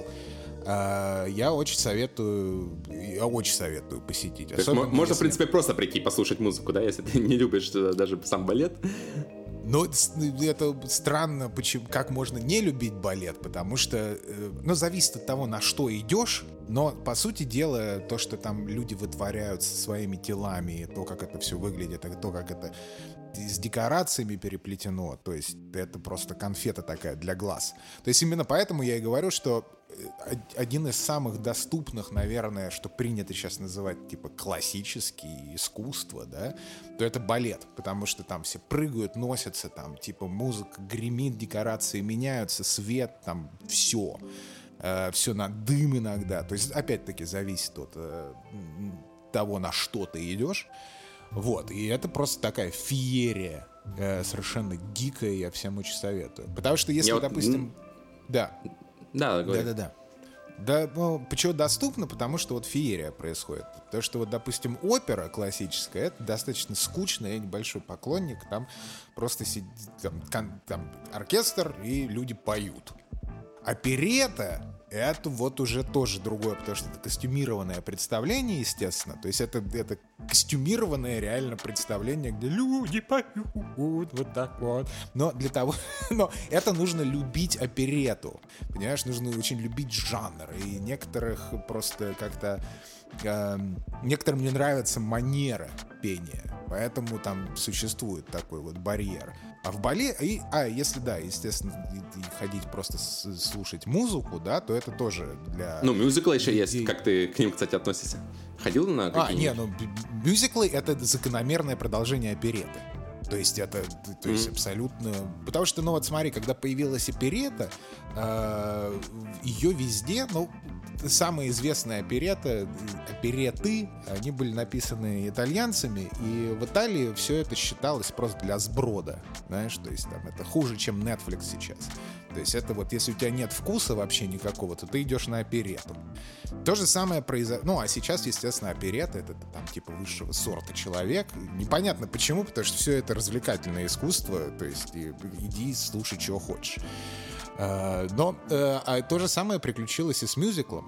я очень советую, я очень советую посетить. Особенно, можно, если... в принципе, просто прийти послушать музыку, да, если ты не любишь даже сам балет. Но это странно, почему, как можно не любить балет, потому что, ну, зависит от того, на что идешь, но, по сути дела, то, что там люди вытворяют со своими телами, то, как это все выглядит, то, как это с декорациями переплетено, то есть это просто конфета такая для глаз. То есть именно поэтому я и говорю, что один из самых доступных, наверное, что принято сейчас называть типа классические искусства, да, то это балет, потому что там все прыгают, носятся, там типа музыка гремит, декорации меняются, свет, там все, э, все на дым иногда, то есть опять-таки зависит от э, того, на что ты идешь, вот, и это просто такая феерия, э, совершенно дикая, я всем очень советую, потому что если, я допустим, вот... да. Да, да, да, да. Да, ну, почему доступно? Потому что вот феерия происходит. То, что вот, допустим, опера классическая, это достаточно скучно, я небольшой поклонник, там просто сидит там, кон, там оркестр и люди поют. Оперета — это вот уже тоже другое, потому что это костюмированное представление, естественно. То есть это, это костюмированное реально представление, где люди поют вот так вот. Но для того... Но это нужно любить оперету. Понимаешь, нужно очень любить жанр. И некоторых просто как-то... Э, некоторым не нравится манера пения. Поэтому там существует такой вот барьер. А в балете... А, если, да, естественно, и, и ходить просто с, слушать музыку, да, то это тоже для... Ну, мюзиклы еще и... есть. Как ты к ним, кстати, относишься? Ходил на какие-нибудь? А, не, ну, мюзиклы — это закономерное продолжение опереты. То есть это, то есть mm-hmm. абсолютно... Потому что, ну вот смотри, когда появилась оперета, э, ее везде, ну, самые известные опереты, опереты, они были написаны итальянцами, и в Италии все это считалось просто для сброда, знаешь, то есть там это хуже, чем Netflix сейчас. То есть это вот, если у тебя нет вкуса вообще никакого, то ты идешь на оперету. То же самое произошло. Ну, а сейчас, естественно, оперета — это там типа высшего сорта человек. Непонятно почему, потому что все это развлекательное искусство. То есть и, иди слушай, чего хочешь. А, но а то же самое приключилось и с мюзиклом.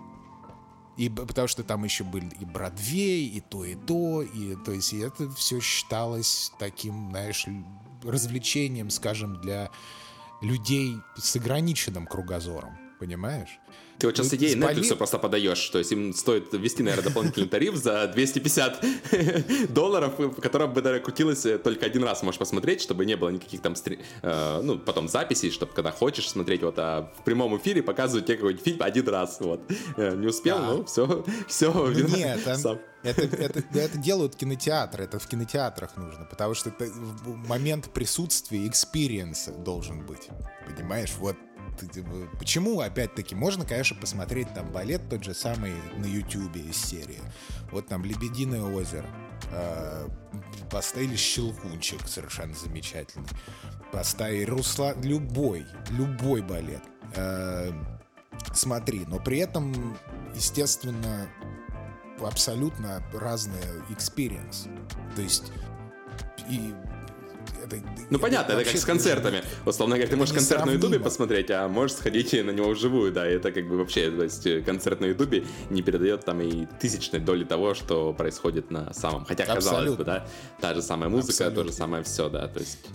И, потому что там еще были и Бродвей, и то, и то. И, то есть и это все считалось таким, знаешь, развлечением, скажем, для людей с ограниченным кругозором, понимаешь? Ты вот сейчас идеи Netflix поли... просто подаешь, то есть им стоит ввести, наверное, дополнительный тариф за двести пятьдесят долларов, в котором бы, наверное, крутилось только один раз можешь посмотреть, чтобы не было никаких там, стри... э, ну, потом записей, чтобы когда хочешь смотреть, вот, а в прямом эфире показывают тебе какой-нибудь фильм один раз, вот. Не успел, да. ну, все, все. Ну, нет, там... Это, это, это делают кинотеатры, это в кинотеатрах нужно, потому что это момент присутствия, экспириенса должен быть, понимаешь, вот. Почему, опять-таки, можно, конечно, посмотреть там балет тот же самый на Ютубе из серии. Вот там «Лебединое озеро», э, поставили «Щелкунчик», совершенно замечательный. Поставили «Руслан», любой, любой балет. Э, смотри, но при этом, естественно, абсолютно разный экспириенс. То есть и это, ну это, понятно, это как с концертами. Условно говоря, ты можешь концерт на Ютубе посмотреть, а можешь сходить на него вживую, да, и это как бы вообще, то есть концерт на Ютубе не передает там и тысячной доли того, что происходит на самом. Хотя, казалось Абсолютно. бы, да, та же самая музыка, Абсолютно. то же самое все, да, то есть...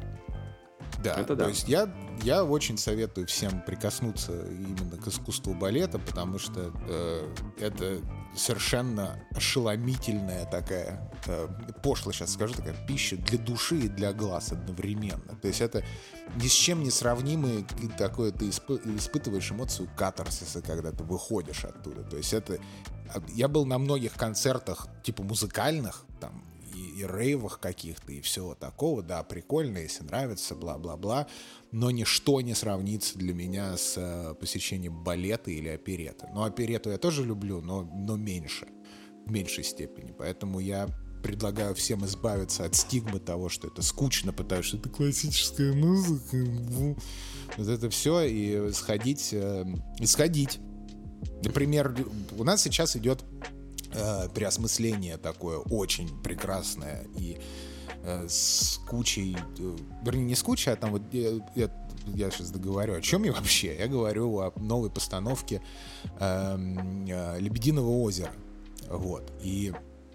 Да, это да. То есть я, я очень советую всем прикоснуться именно к искусству балета, потому что э, это совершенно ошеломительная такая, э, пошло сейчас скажу, такая пища для души и для глаз одновременно. То есть это ни с чем не сравнимый такое, ты исп- испытываешь эмоцию катарсиса, когда ты выходишь оттуда. То есть это... Я был на многих концертах типа музыкальных, там, и, и рейвах каких-то, и всего такого, да, прикольно, если нравится, бла-бла-бла, но ничто не сравнится для меня с э, посещением балета или опереты. Но оперету я тоже люблю, но, но меньше, в меньшей степени, поэтому я предлагаю всем избавиться от стигмы того, что это скучно, потому что это классическая музыка, вот это все, и сходить, э, и сходить. Например, у нас сейчас идет э, переосмысление такое очень прекрасное и э, с кучей, э, вернее, не с кучей, а там вот я, я, я сейчас договорю, о чем я вообще? Я говорю о новой постановке э, э, «Лебединого озера». Вот. И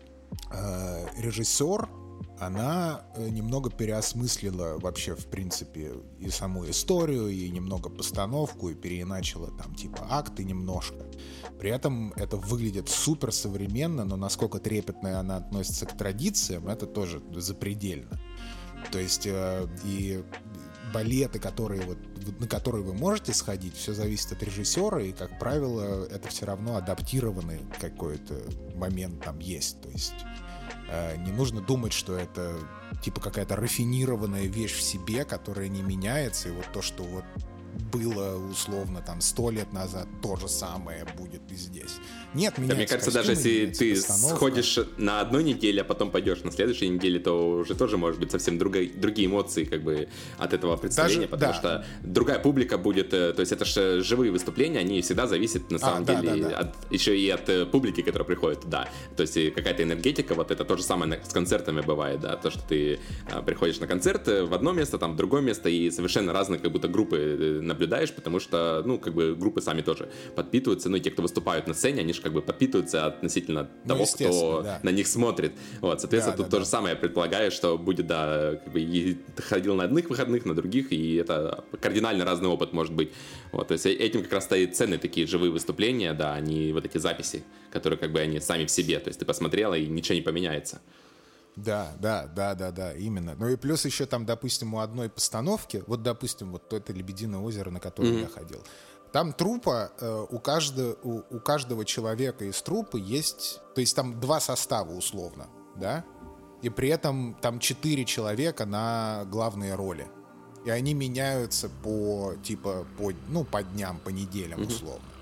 э, режиссер, она немного переосмыслила вообще, в принципе, и саму историю, и немного постановку, и переиначила там типа акты немножко. При этом это выглядит супер современно, но насколько трепетно она относится к традициям, это тоже запредельно. То есть э, и балеты, которые вот, на которые вы можете сходить, все зависит от режиссера, и, как правило, это все равно адаптированный какой-то момент там есть. То есть не нужно думать, что это типа какая-то рафинированная вещь в себе, которая не меняется, и вот то, что вот было условно там сто лет назад, то же самое будет и здесь. Нет, меняется. Да, мне кажется, даже если ты постановка. Сходишь на одной неделе, а потом пойдешь на следующей неделе, то уже тоже может быть совсем другие, другие эмоции как бы от этого представления, даже, потому да. что другая публика будет, то есть это же живые выступления, они всегда зависят на самом а, деле да, да, да. От, еще и от публики, которая приходит туда. То есть какая-то энергетика, вот это то же самое с концертами бывает, да, то, что ты а, приходишь на концерт в одно место, там в другое место, и совершенно разные как будто группы наблюдаешь, потому что, ну, как бы группы сами тоже подпитываются, ну, и те, кто выступают на сцене, они же как бы подпитываются относительно ну, того, кто да. на них смотрит. Вот, соответственно, да, тут да, то да. же самое, я предполагаю, что будет, да, как бы и ты ходил на одних выходных, на других, и это кардинально разный опыт может быть. Вот, то есть этим как раз-то и ценны такие живые выступления, да, а не вот эти записи, которые как бы они сами в себе, то есть ты посмотрела, и ничего не поменяется. Да, да, да, да, да, именно. Ну и плюс еще там, допустим, у одной постановки, вот, допустим, вот это «Лебединое озеро», на которое mm-hmm. я ходил, там труппа, э, у, каждого, у, у каждого человека из труппы есть, то есть там два состава условно, да, и при этом там четыре человека на главные роли. И они меняются по, типа, по, ну, по дням, по неделям условно.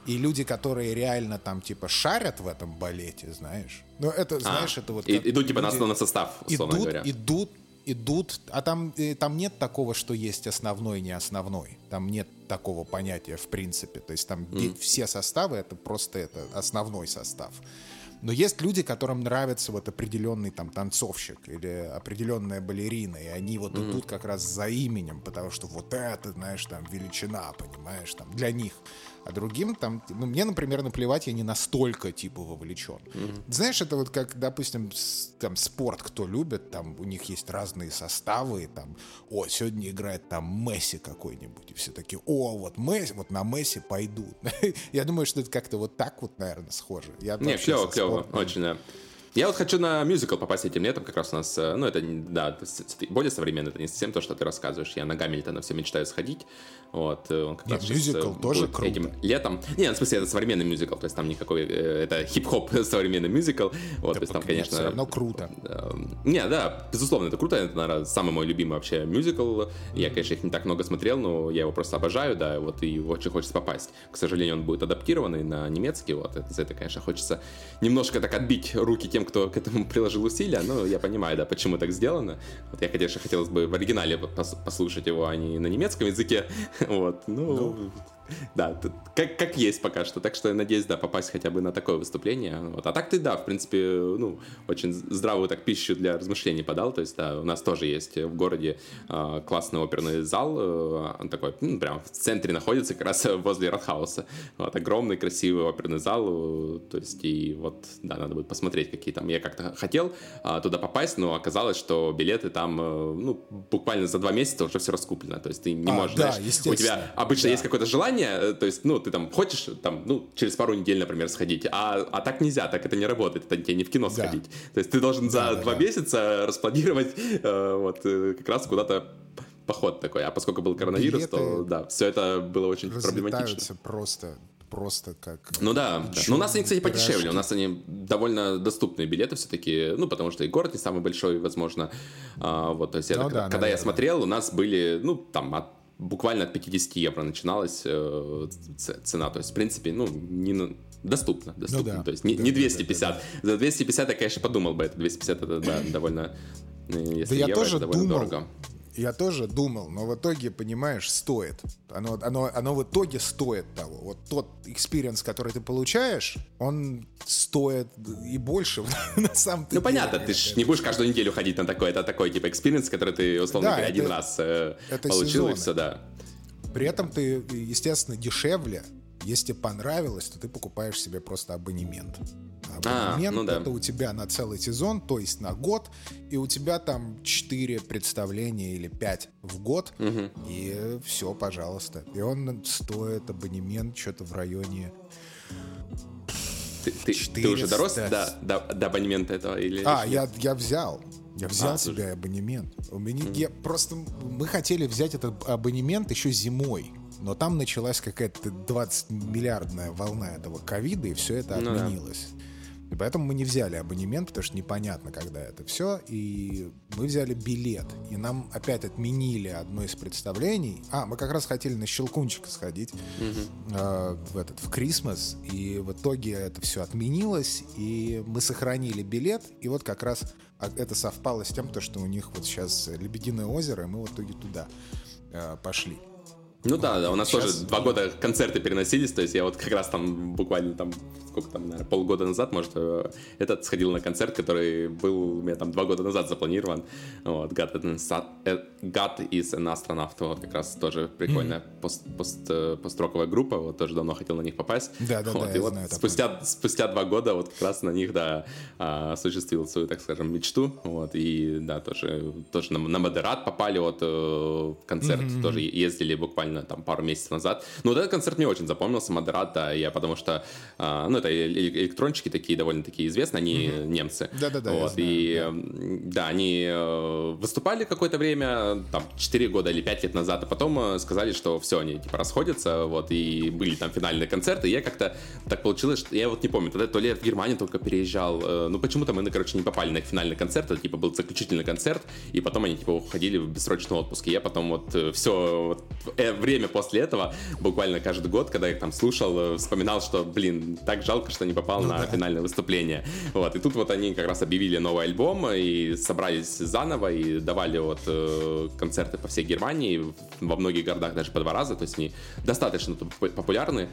И люди, которые реально там, типа, шарят в этом балете, знаешь. Ну, это, знаешь, а, это вот... И, идут, типа, на основной состав, условно идут, говоря. Идут, идут, а там, там нет такого, что есть основной, не основной. Там нет такого понятия, в принципе. То есть там mm. все составы, это просто это основной состав. Но есть люди, которым нравится вот определенный там танцовщик или определенная балерина, и они вот mm-hmm. идут как раз за именем, потому что вот это, знаешь, там величина, понимаешь, там для них. А другим там, ну, мне, например, наплевать, я не настолько, типа, вовлечен. Mm-hmm. Знаешь, это вот как, допустим, с, там спорт, кто любит, там у них есть разные составы, там, о, сегодня играет там Месси какой-нибудь, и все такие, о, вот Месси, вот на Месси пойду. Я думаю, что это как-то вот так вот, наверное, схоже. Не, клево, клево, очень, да. Я вот хочу на мюзикл попасть этим летом, как раз у нас, ну, это, да, более современно, это не совсем то, что ты рассказываешь. Я на Гамильтона все мечтаю сходить, вот, он как Нет, раз мюзикл тоже круто. Этим летом. Не, в смысле, это современный мюзикл, то есть там никакой, это хип-хоп современный мюзикл, вот, да, то есть там, конечно... Все равно круто. Э, не, да, безусловно, это круто, это, наверное, самый мой любимый вообще мюзикл. Я, конечно, их не так много смотрел, но я его просто обожаю, да, вот, и очень хочется попасть. К сожалению, он будет адаптированный на немецкий, вот, это, за это, конечно, хочется немножко так отбить руки тем, кто к этому приложил усилия, но я понимаю, да, почему так сделано. Вот я, конечно, хотелось бы в оригинале послушать его, а не на немецком языке. Вот, ну, ну. Да, как, как есть пока что. Так что я надеюсь, да, попасть хотя бы на такое выступление. Вот. А так ты, да, в принципе, ну, очень здравую так пищу для размышлений подал. То есть, да, у нас тоже есть в городе э, классный оперный зал. Э, он такой, ну, прям в центре находится, как раз возле Ратхауса. Вот, огромный, красивый оперный зал. Э, то есть, и вот, да, надо будет посмотреть, какие там. Я как-то хотел э, туда попасть, но оказалось, что билеты там, э, ну, буквально за два месяца уже все раскуплено. То есть, ты не а, можешь, да, знаешь, у тебя обычно да. есть какое-то желание, то есть, ну, ты там хочешь, там, ну, через пару недель, например, сходить, а, а так нельзя, так это не работает, это тебе не в кино да. сходить. То есть ты должен да, за да, два да. месяца распланировать э, вот как раз куда-то поход такой. А поскольку был коронавирус, билеты то, да, все это было очень проблематично. просто, просто как... Ну да, да. Но у нас они, кстати, подешевле, у нас они довольно доступные билеты все-таки, ну, потому что и город не самый большой, возможно. А, вот, то есть, ну, это, да, когда наверное. я смотрел, у нас были, ну, там, от буквально от пятьдесят евро начиналась э, цена. То есть, в принципе, ну, не, доступно. доступно. Ну, да. То есть, не, да, не двести пятьдесят. Да, да, да. За двести пятьдесят я, конечно, подумал бы. Это двести пятьдесят, это, да, довольно... Если да я евро, тоже это довольно думал, дорого. Я тоже думал, но в итоге, понимаешь, стоит. Оно, оно, оно в итоге стоит того. Вот тот экспириенс, который ты получаешь, он стоит и больше на самом деле. Ну, понятно, ты же не будешь каждую неделю ходить на такой, это такой, типа, экспириенс, который ты, условно да, говоря, это, один раз э, получил, сезоны. И все, да. При этом ты, естественно, дешевле. Если тебе понравилось, то ты покупаешь себе просто абонемент. Абонемент а, ну да. это у тебя на целый сезон, то есть на год, и у тебя там четыре представления или пять в год, угу. и все, пожалуйста. И он стоит, абонемент, что-то в районе... Ты, ты, ты уже дорос до, до, до абонемента этого? Или а, я, я взял. Я взял а, себе слушай. абонемент. У меня, mm. я просто, мы хотели взять этот абонемент еще зимой, но там началась какая-то двадцатимиллиардная волна этого ковида, и все это отменилось. Ну, да. И поэтому мы не взяли абонемент, потому что непонятно, когда это все. И мы взяли билет. И нам опять отменили одно из представлений. А, мы как раз хотели на Щелкунчика сходить mm-hmm. э, в этот, в Крисмас. И в итоге это все отменилось. И мы сохранили билет. И вот как раз это совпало с тем, что у них вот сейчас Лебединое озеро, и мы в итоге туда э, пошли. Ну да, да, у нас сейчас... тоже два года концерты переносились, то есть я вот как раз там буквально там, сколько там, наверное, полгода назад, может, этот сходил на концерт, который был у меня там два года назад запланирован, вот, God, God is an Astronaut, вот, как раз тоже прикольная mm-hmm. пост, пост, пост-роковая группа, вот, тоже давно хотел на них попасть. Да-да-да, вот, я и вот знаю спустя, спустя два года вот как раз на них, да, осуществил свою, так скажем, мечту, вот, и, да, тоже, тоже на, на Модерат попали, вот, в концерт, mm-hmm. тоже ездили буквально там пару месяцев назад. Но вот этот концерт мне очень запомнился, Модерат, да, я потому что, а, ну, это электрончики такие довольно-таки известные, они mm-hmm. немцы. Да-да-да, вот, знаю, и, да. да, они выступали какое-то время, там, четыре года или пять лет назад, а потом сказали, что все, они, типа, расходятся, вот, и были там финальные концерты, и я как-то, так получилось, что я вот не помню, тогда то ли я в Германию только переезжал, ну, почему-то мы, короче, не попали на их финальный концерт, это, типа, был заключительный концерт, и потом они, типа, уходили в бессрочный отпуск, и я потом вот все, вот, время после этого, буквально каждый год, когда я их там слушал, вспоминал, что, блин, так жалко, что не попал ну, на да. финальное выступление. Вот, и тут вот они как раз объявили новый альбом и собрались заново и давали вот концерты по всей Германии, во многих городах даже по два раза, то есть они достаточно популярны.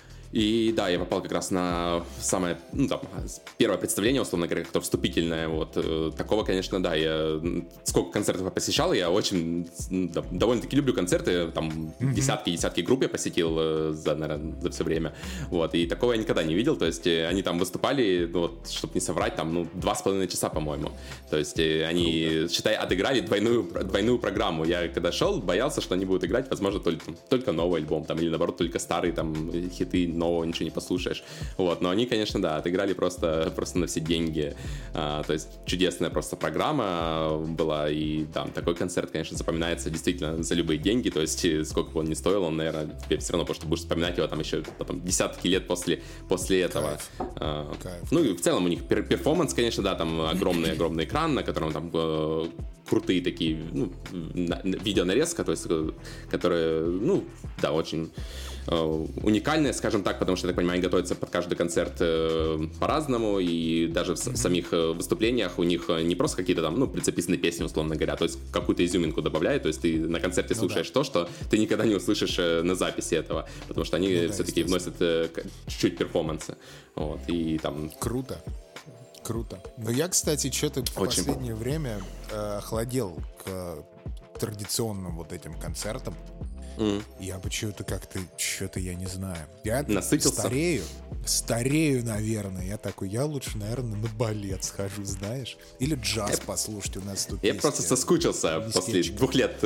И да, я попал как раз на самое, ну, там, первое представление, условно говоря, которое вступительное. Вот. Такого, конечно, да, я сколько концертов я посещал, я очень да, довольно-таки люблю концерты, там mm-hmm. десятки-десятки групп я посетил за, наверное, за все время. Вот. И такого я никогда не видел, то есть они там выступали, ну, вот, чтобы не соврать, там, ну, два с половиной часа, по-моему. То есть они, oh, считай, отыграли двойную, двойную программу. Я когда шел, боялся, что они будут играть, возможно, только, только новый альбом, там, или наоборот, только старые там хиты, нового ничего не послушаешь. Вот. Но они, конечно, да, отыграли просто, просто на все деньги. А, то есть чудесная просто программа была. И там такой концерт, конечно, запоминается действительно за любые деньги. То есть сколько бы он ни стоил, он, наверное, тебе все равно, потому что будешь вспоминать его там еще потом десятки лет после, после этого. Кайф. А, Кайф. Ну и в целом у них пер- перформанс, конечно, да, там огромный-огромный экран, на котором там э, крутые такие, ну, на, видеонарезка, то есть, которые, ну, да, очень уникальная, скажем так, потому что, я так понимаю, они готовятся под каждый концерт э, по-разному, и даже в, mm-hmm. в самих выступлениях у них не просто какие-то там, ну, предзаписанные песни, условно говоря, то есть какую-то изюминку добавляют, то есть ты на концерте ну, слушаешь да. то, что ты никогда не услышишь на записи этого, потому что они ну, все-таки да, вносят э, чуть-чуть перформанса, вот, и там... Круто. Круто. Но я, кстати, что-то в Очень. последнее время э, охладел к традиционным вот этим концертам. Mm. Я почему-то как-то, что-то я не знаю. Я Насытился? старею, старею, наверное. Я такой, я лучше, наверное, на балет схожу, знаешь. Или джаз я, послушать у нас тут. Я просто соскучился после двух лет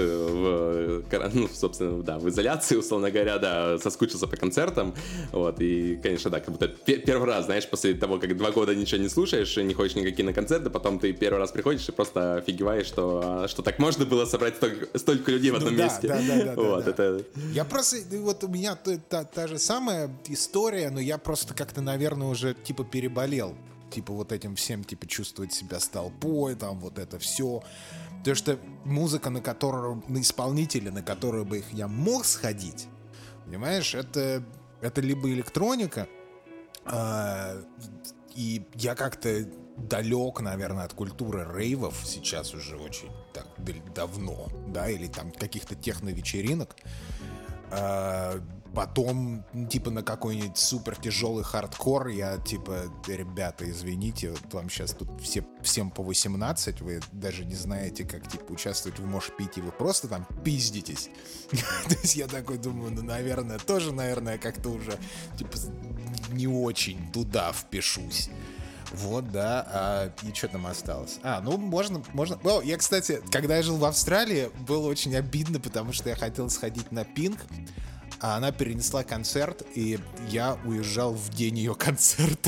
в, ну, собственно, да, в изоляции, условно говоря, да, соскучился по концертам. Вот, и, конечно, да, как будто первый раз, знаешь, после того, как два года ничего не слушаешь, не ходишь никакие на концерты, потом ты первый раз приходишь и просто офигеваешь, что, что так можно было собрать столько, столько людей в одном ну, да, месте. Да, да, да, вот, да, это Я просто, вот у меня та, та, та же самая история, но я просто как-то, наверное, уже типа переболел. Типа вот этим всем, типа чувствовать себя с толпой, там вот это все. Потому что музыка, на которую, на исполнителя, на которую бы их я мог сходить, понимаешь, это, это либо электроника, а, и я как-то далек, наверное, от культуры рейвов сейчас уже очень так давно, да, или там каких-то техно-вечеринок. А потом, типа, на какой-нибудь супер тяжелый хардкор я, типа, ребята, извините, вот вам сейчас тут все, всем по восемнадцать, вы даже не знаете, как, типа, участвовать в мошпите, вы просто там пиздитесь. То есть я такой думаю, ну, наверное, тоже, наверное, как-то уже, типа, не очень туда впишусь. Вот, да, а, и что там осталось? А, ну, можно, можно... О, я, кстати, когда я жил в Австралии, было очень обидно, потому что я хотел сходить на Pink, а она перенесла концерт, и я уезжал в день ее концерта.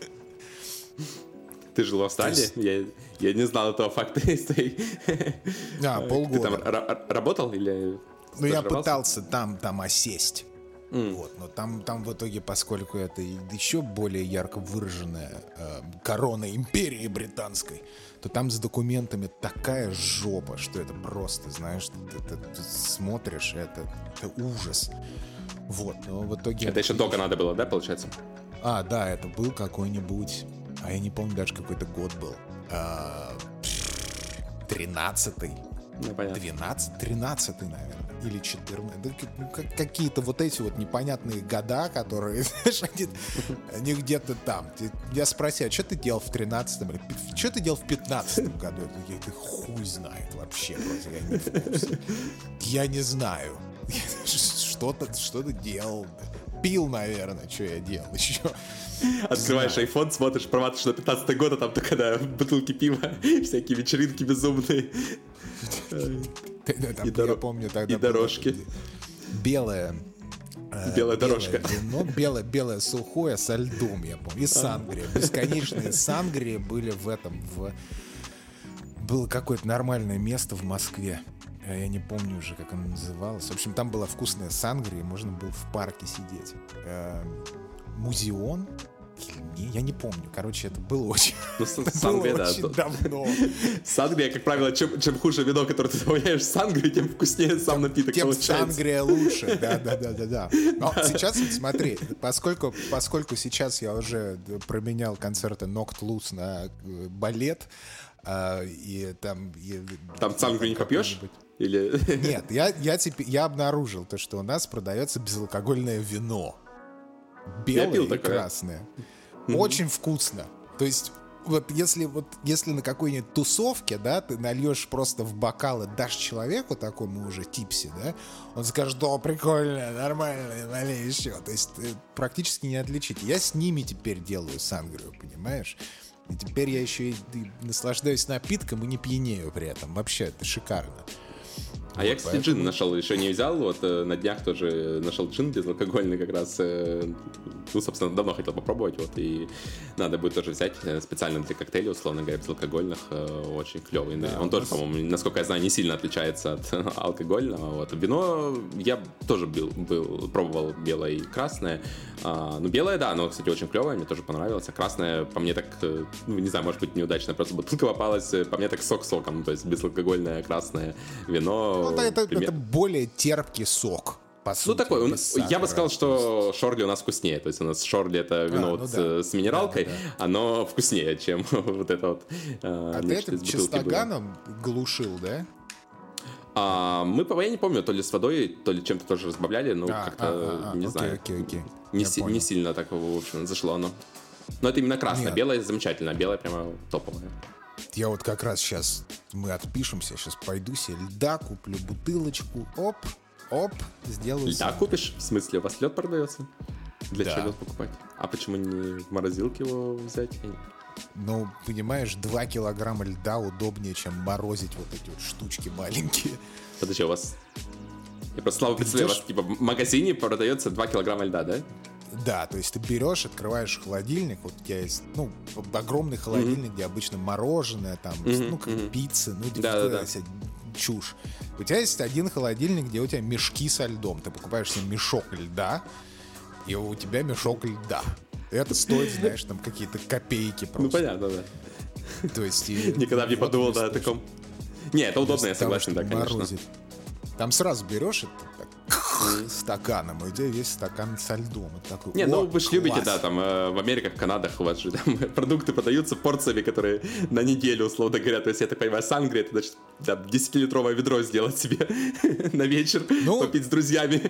Ты жил в Австралии? Есть... Я, я не знал этого факта. А, полгода. Ты там р- работал или... Ну, я пытался там, там осесть. Mm. Вот, но там, там в итоге, поскольку это еще более ярко выраженная э, корона империи британской, то там с документами такая жопа, что это просто, знаешь, ты, ты, ты смотришь, это, это ужас. Вот, но в итоге... Это еще долго надо было, да, получается? А, да, это был какой-нибудь... А я не помню даже, какой-то год был. А, тринадцатый. Ну, понятно. двенадцатый, тринадцатый, наверное. Или четырнадцатый. Ну, какие-то вот эти вот непонятные года, которые, знаешь, они, они где-то там. Я спросил, а что ты делал в тринадцатом? Что ты делал в пятнадцатом году? Я говорю, хуй знает вообще. Просто я не в курсе. Я не знаю. Что-то, что-то делал. Пил, наверное, что я делал еще. Открываешь iPhone, смотришь, проматываешь на пятнадцатый год, а там только да, бутылки пива, всякие вечеринки безумные. Там, и я доро... помню, тогда и дорожки. Белая, белая, белая дорожка. Вино, белое, белое сухое со льдом, я помню. И сангрия. Бесконечные сангрии были в этом. В... Было какое-то нормальное место в Москве. Я не помню уже, как оно называлось. В общем, там была вкусная сангрия, можно было в парке сидеть. Музеон, Не, я не помню. Короче, это было очень, ну, это сангрия, было да, очень то... давно. Сангрия, как правило, чем, чем хуже вино, которое ты добавляешь в сангрию, тем вкуснее сам напиток тем получается. Тем сангрия лучше, да-да-да-да-да. Но сейчас, смотри, поскольку, поскольку сейчас я уже променял концерты Knocked Loose на балет, а, и там... И, там сангрию не попьешь? Или... Нет, я, я, теперь, я обнаружил то, что у нас продается безалкогольное вино. Белое и такое. Красное. Mm-hmm. Очень вкусно. То есть, вот если, вот если на какой-нибудь тусовке, да, ты нальешь просто в бокал и дашь человеку такому уже типси, да, он скажет: о, прикольно, нормально, налей еще. То есть практически не отличить. Я с ними теперь делаю сангрию, понимаешь? И теперь я еще и, и наслаждаюсь напитком и не пьянею при этом. Вообще, это шикарно. А вот, я, кстати, поэтому... джин нашел, еще не взял, вот на днях тоже нашел джин безалкогольный как раз, ну, собственно, давно хотел попробовать, вот, и надо будет тоже взять специально для коктейлей, условно говоря, безалкогольных, очень клевый. Да, он тоже, нас... по-моему, насколько я знаю, не сильно отличается от алкогольного, вот. Вино я тоже был, был, пробовал белое и красное, а, ну, белое, да, оно, кстати, очень клевое, мне тоже понравилось, а красное, по мне так, ну, не знаю, может быть, неудачно, просто бутылка попалась, по мне так сок соком, то есть безалкогольное красное вино. Ну, да, это, пример... это более терпкий сок. По сути, ну, такой, я бы сказал, что шорли у нас вкуснее. То есть у нас шорли — это вино а, ну вот да. с минералкой, да, да, да. Оно вкуснее, чем вот это вот. А ты это чистоганом глушил, да? А, мы, я не помню, то ли с водой, то ли чем-то тоже разбавляли, ну, а, как-то, а, а, не окей, знаю. Окей, окей. Не, си- не сильно так, в общем, зашло оно. Но это именно красное. Нет. Белое замечательно, белое прямо топовое. Я вот как раз сейчас, мы отпишемся, сейчас пойду себе льда, куплю бутылочку, оп, оп, сделаю. Льда сам. Купишь? В смысле, у вас лед продается? Для да. чего лед покупать? А почему не в морозилке его взять? Ну, понимаешь, два килограмма льда удобнее, чем морозить вот эти вот штучки маленькие. Подожди, у вас... Я просто слабо представляю, у вас типа в магазине продается два килограмма льда, да? Да, то есть ты берешь, открываешь холодильник, вот у тебя есть, ну, огромный холодильник, mm-hmm. где обычно мороженое, там, mm-hmm. ну, как mm-hmm. пицца, ну, да, да, да. чушь. У тебя есть один холодильник, где у тебя мешки со льдом. Ты покупаешь себе мешок льда, и у тебя мешок льда. Это стоит, знаешь, там какие-то копейки просто. Ну, понятно, да. То есть... И, никогда бы не подумал, да, о таком... Не, это удобно, я согласен, да, конечно. Там сразу берешь это стаканом, и у тебя весь стакан со льдом. Такой, не, ну вы же любите, да, там э, в Америках, в Канадах у вас же там продукты подаются порциями, которые на неделю, условно говоря. То есть, я так понимаю, сангрия — это значит, да, десятилитровое ведро сделать себе на вечер, ну, попить с друзьями.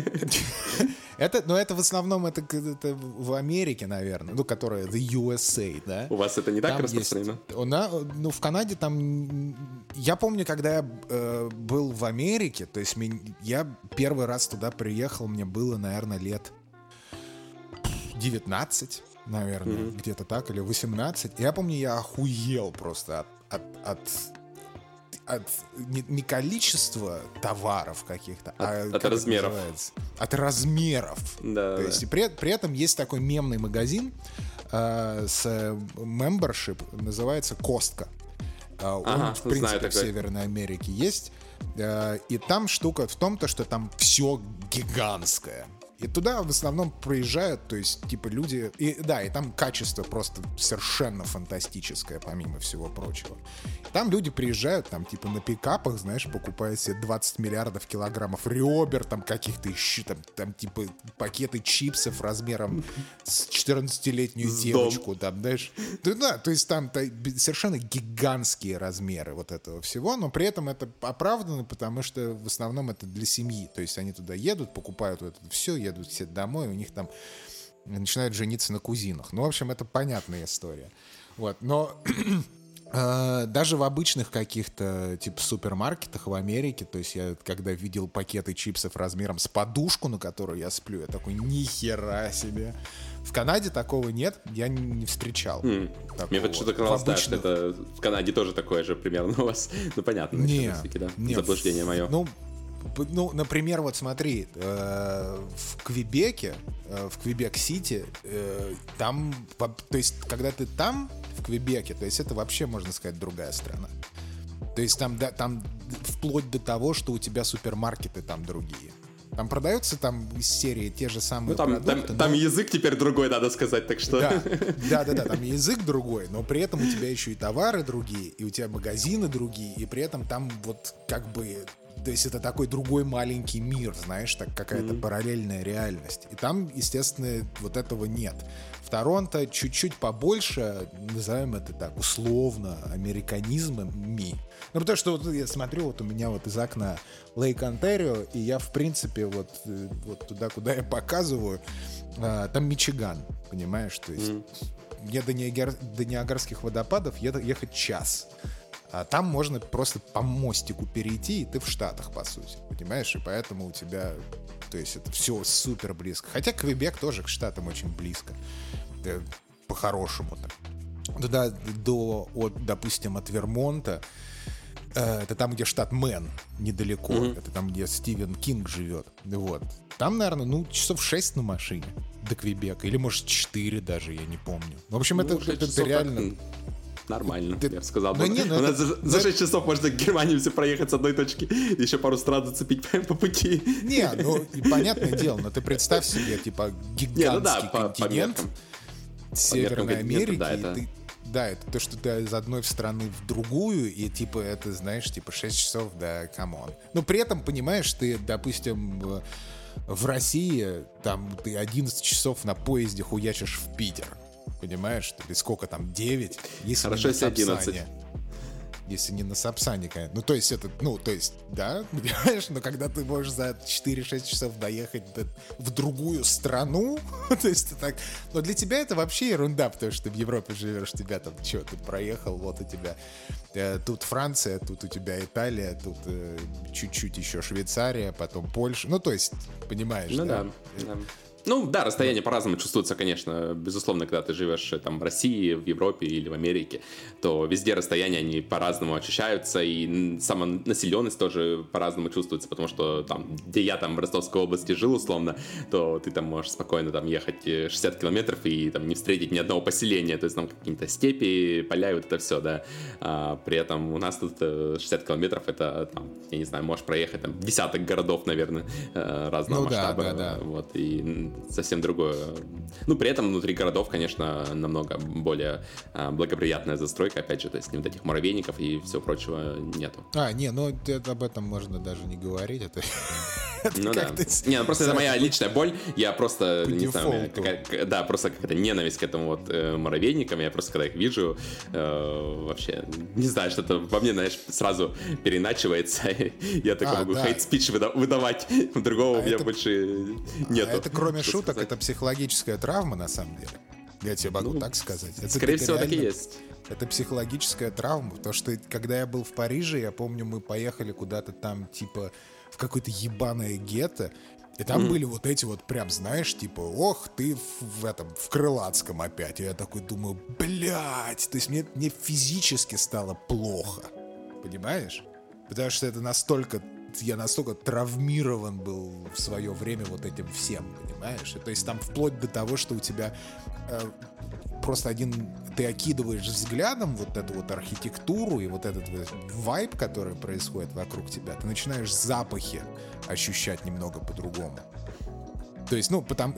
Это, но это в основном это, это в Америке, наверное, ну, которая the ю эс эй, да? У вас это не так там распространено? Есть, на, ну, в Канаде там... Я помню, когда я э, был в Америке, то есть я первый раз туда приехал, мне было, наверное, лет девятнадцать, наверное, mm-hmm. где-то так, или восемнадцать. Я помню, я охуел просто от... от, от от не, не количества товаров каких-то, от, а от размеров. От размеров. Да, То да. есть при, при этом есть такой мемный магазин э, с membership, называется Костка. Э, он, ага, в принципе, знаю в такой. Северной Америке есть. Э, и там штука в том, то, что там все гигантское. И туда в основном приезжают, то есть, типа, люди... И, да, и там качество просто совершенно фантастическое, помимо всего прочего. Там люди приезжают, там, типа, на пикапах, знаешь, покупают себе двадцать миллиардов килограммов ребер, там, каких-то еще, там, там типа, пакеты чипсов размером с четырнадцатилетнюю с девочку, дом. Там, знаешь. Да, да, то есть там совершенно гигантские размеры вот этого всего, но при этом это оправдано, потому что в основном это для семьи. То есть они туда едут, покупают вот это все, едут все домой, у них там начинают жениться на кузинах. Ну, в общем, это понятная история. Вот, но э, даже в обычных каких-то типа супермаркетах в Америке, то есть я когда видел пакеты чипсов размером с подушку, на которую я сплю, я такой, нихера себе. В Канаде такого нет, я не встречал. Mm. Мне вот что-то казалось, да, что это в Канаде тоже такое же примерно у вас. Ну, понятно. Не, да? не, заблуждение мое. Ну, Ну, например, вот смотри, э, в Квебеке, э, в Квебек-Сити, э, там, то есть, когда ты там, в Квебеке, то есть, это вообще, можно сказать, другая страна. То есть, там, да, там вплоть до того, что у тебя супермаркеты там другие. Там продаются там из серии те же самые ну, там, продукты. Там, но... там язык теперь другой, надо сказать, так что... Да, да, да, да, там язык другой, но при этом у тебя еще и товары другие, и у тебя магазины другие, и при этом там вот как бы... То есть это такой другой маленький мир, знаешь, так какая-то mm-hmm. параллельная реальность. И там, естественно, вот этого нет. В Торонто чуть-чуть побольше, назовем это так, условно, американизмами. Ну, потому что вот я смотрю, вот у меня вот из окна Лейк Онтарио, и я, в принципе, вот, вот туда, куда я показываю, там Мичиган, понимаешь? То есть mm-hmm. мне до, Ниагар, до Ниагарских водопадов ехать час. А там можно просто по мостику перейти, и ты в Штатах, по сути, понимаешь? И поэтому у тебя, то есть это все супер близко. Хотя Квебек тоже к Штатам очень близко, да, по-хорошему-то. Туда, до, от, допустим, от Вермонта, э, это там, где штат Мэн, недалеко, mm-hmm. это там, где Стивен Кинг живет, вот. Там, наверное, ну, часов шесть на машине до Квебека, или, может, четыре даже, я не помню. В общем, ну, это, это, это реально... Так... Нормально, Ты... я бы сказал. Ну, не, ну, у нас это... за, за шесть часов можно к Германии все проехать с одной точки, еще пару стран зацепить по, по пути. Не, ну, понятное дело, но ты представь себе, типа, гигантский не, ну да, континент по, по Северной Америки, да, это... и ты... Да, это то, что ты из одной страны в другую, и, типа, это, знаешь, типа, шесть часов, да, камон. Но при этом, понимаешь, ты, допустим, в России, там, ты одиннадцать часов на поезде хуячишь в Питер. Понимаешь, ты сколько там, девять? Если Хорошо, если одиннадцать. Если не на Сапсане, конечно. Ну, то есть это, ну, то есть, да, понимаешь, но когда ты можешь за четыре-шесть часов доехать в другую страну, то есть ты так... Но для тебя это вообще ерунда, потому что ты в Европе живешь, тебя там, что, ты проехал, вот у тебя э, тут Франция, тут у тебя Италия, тут э, чуть-чуть еще Швейцария, потом Польша. Ну, то есть, понимаешь, ну, да? да, да. Ну да, расстояние по-разному чувствуется, конечно. Безусловно, когда ты живешь там в России, в Европе или в Америке, то везде расстояния, они по-разному ощущаются, и сама населенность тоже по-разному чувствуется, потому что там, где я там в Ростовской области жил условно, то ты там можешь спокойно там ехать шестьдесят километров и там не встретить ни одного поселения, то есть там какие-то степи, поля и вот это все, да. А при этом у нас тут шестьдесят километров, это там, я не знаю, можешь проехать там десяток городов, наверное, разного ну, масштаба. Да, да, да. Вот, и совсем другое. Ну, при этом внутри городов, конечно, намного более а, благоприятная застройка, опять же, то есть вот этих муравейников и всего прочего нету. А, не, ну это, об этом можно даже не говорить, это... Ну да. Не, ну просто это моя личная боль. Я просто, не знаю, да, просто какая-то ненависть к этому вот муравейникам. Я просто, когда их вижу, вообще, не знаю, что-то во мне, знаешь, сразу переначивается. Я такой могу хейт-спич выдавать. Другого у меня больше нету. Это, кроме шуток, это психологическая травма, на самом деле. Я тебе могу так сказать. Скорее всего, так и есть. Это психологическая травма, потому что когда я был в Париже, я помню, мы поехали куда-то там, типа, в какое-то ебаное гетто, и там mm-hmm. были вот эти вот прям, знаешь, типа, ох, ты в, в этом, в Крылатском опять. И я такой думаю, блядь, то есть мне, мне физически стало плохо, понимаешь? Потому что это настолько, я настолько травмирован был в свое время вот этим всем, понимаешь? И, то есть там вплоть до того, что у тебя... Э, просто один, ты окидываешь взглядом вот эту вот архитектуру и вот этот вот вайб, который происходит вокруг тебя, ты начинаешь запахи ощущать немного по-другому. То есть, ну, потому...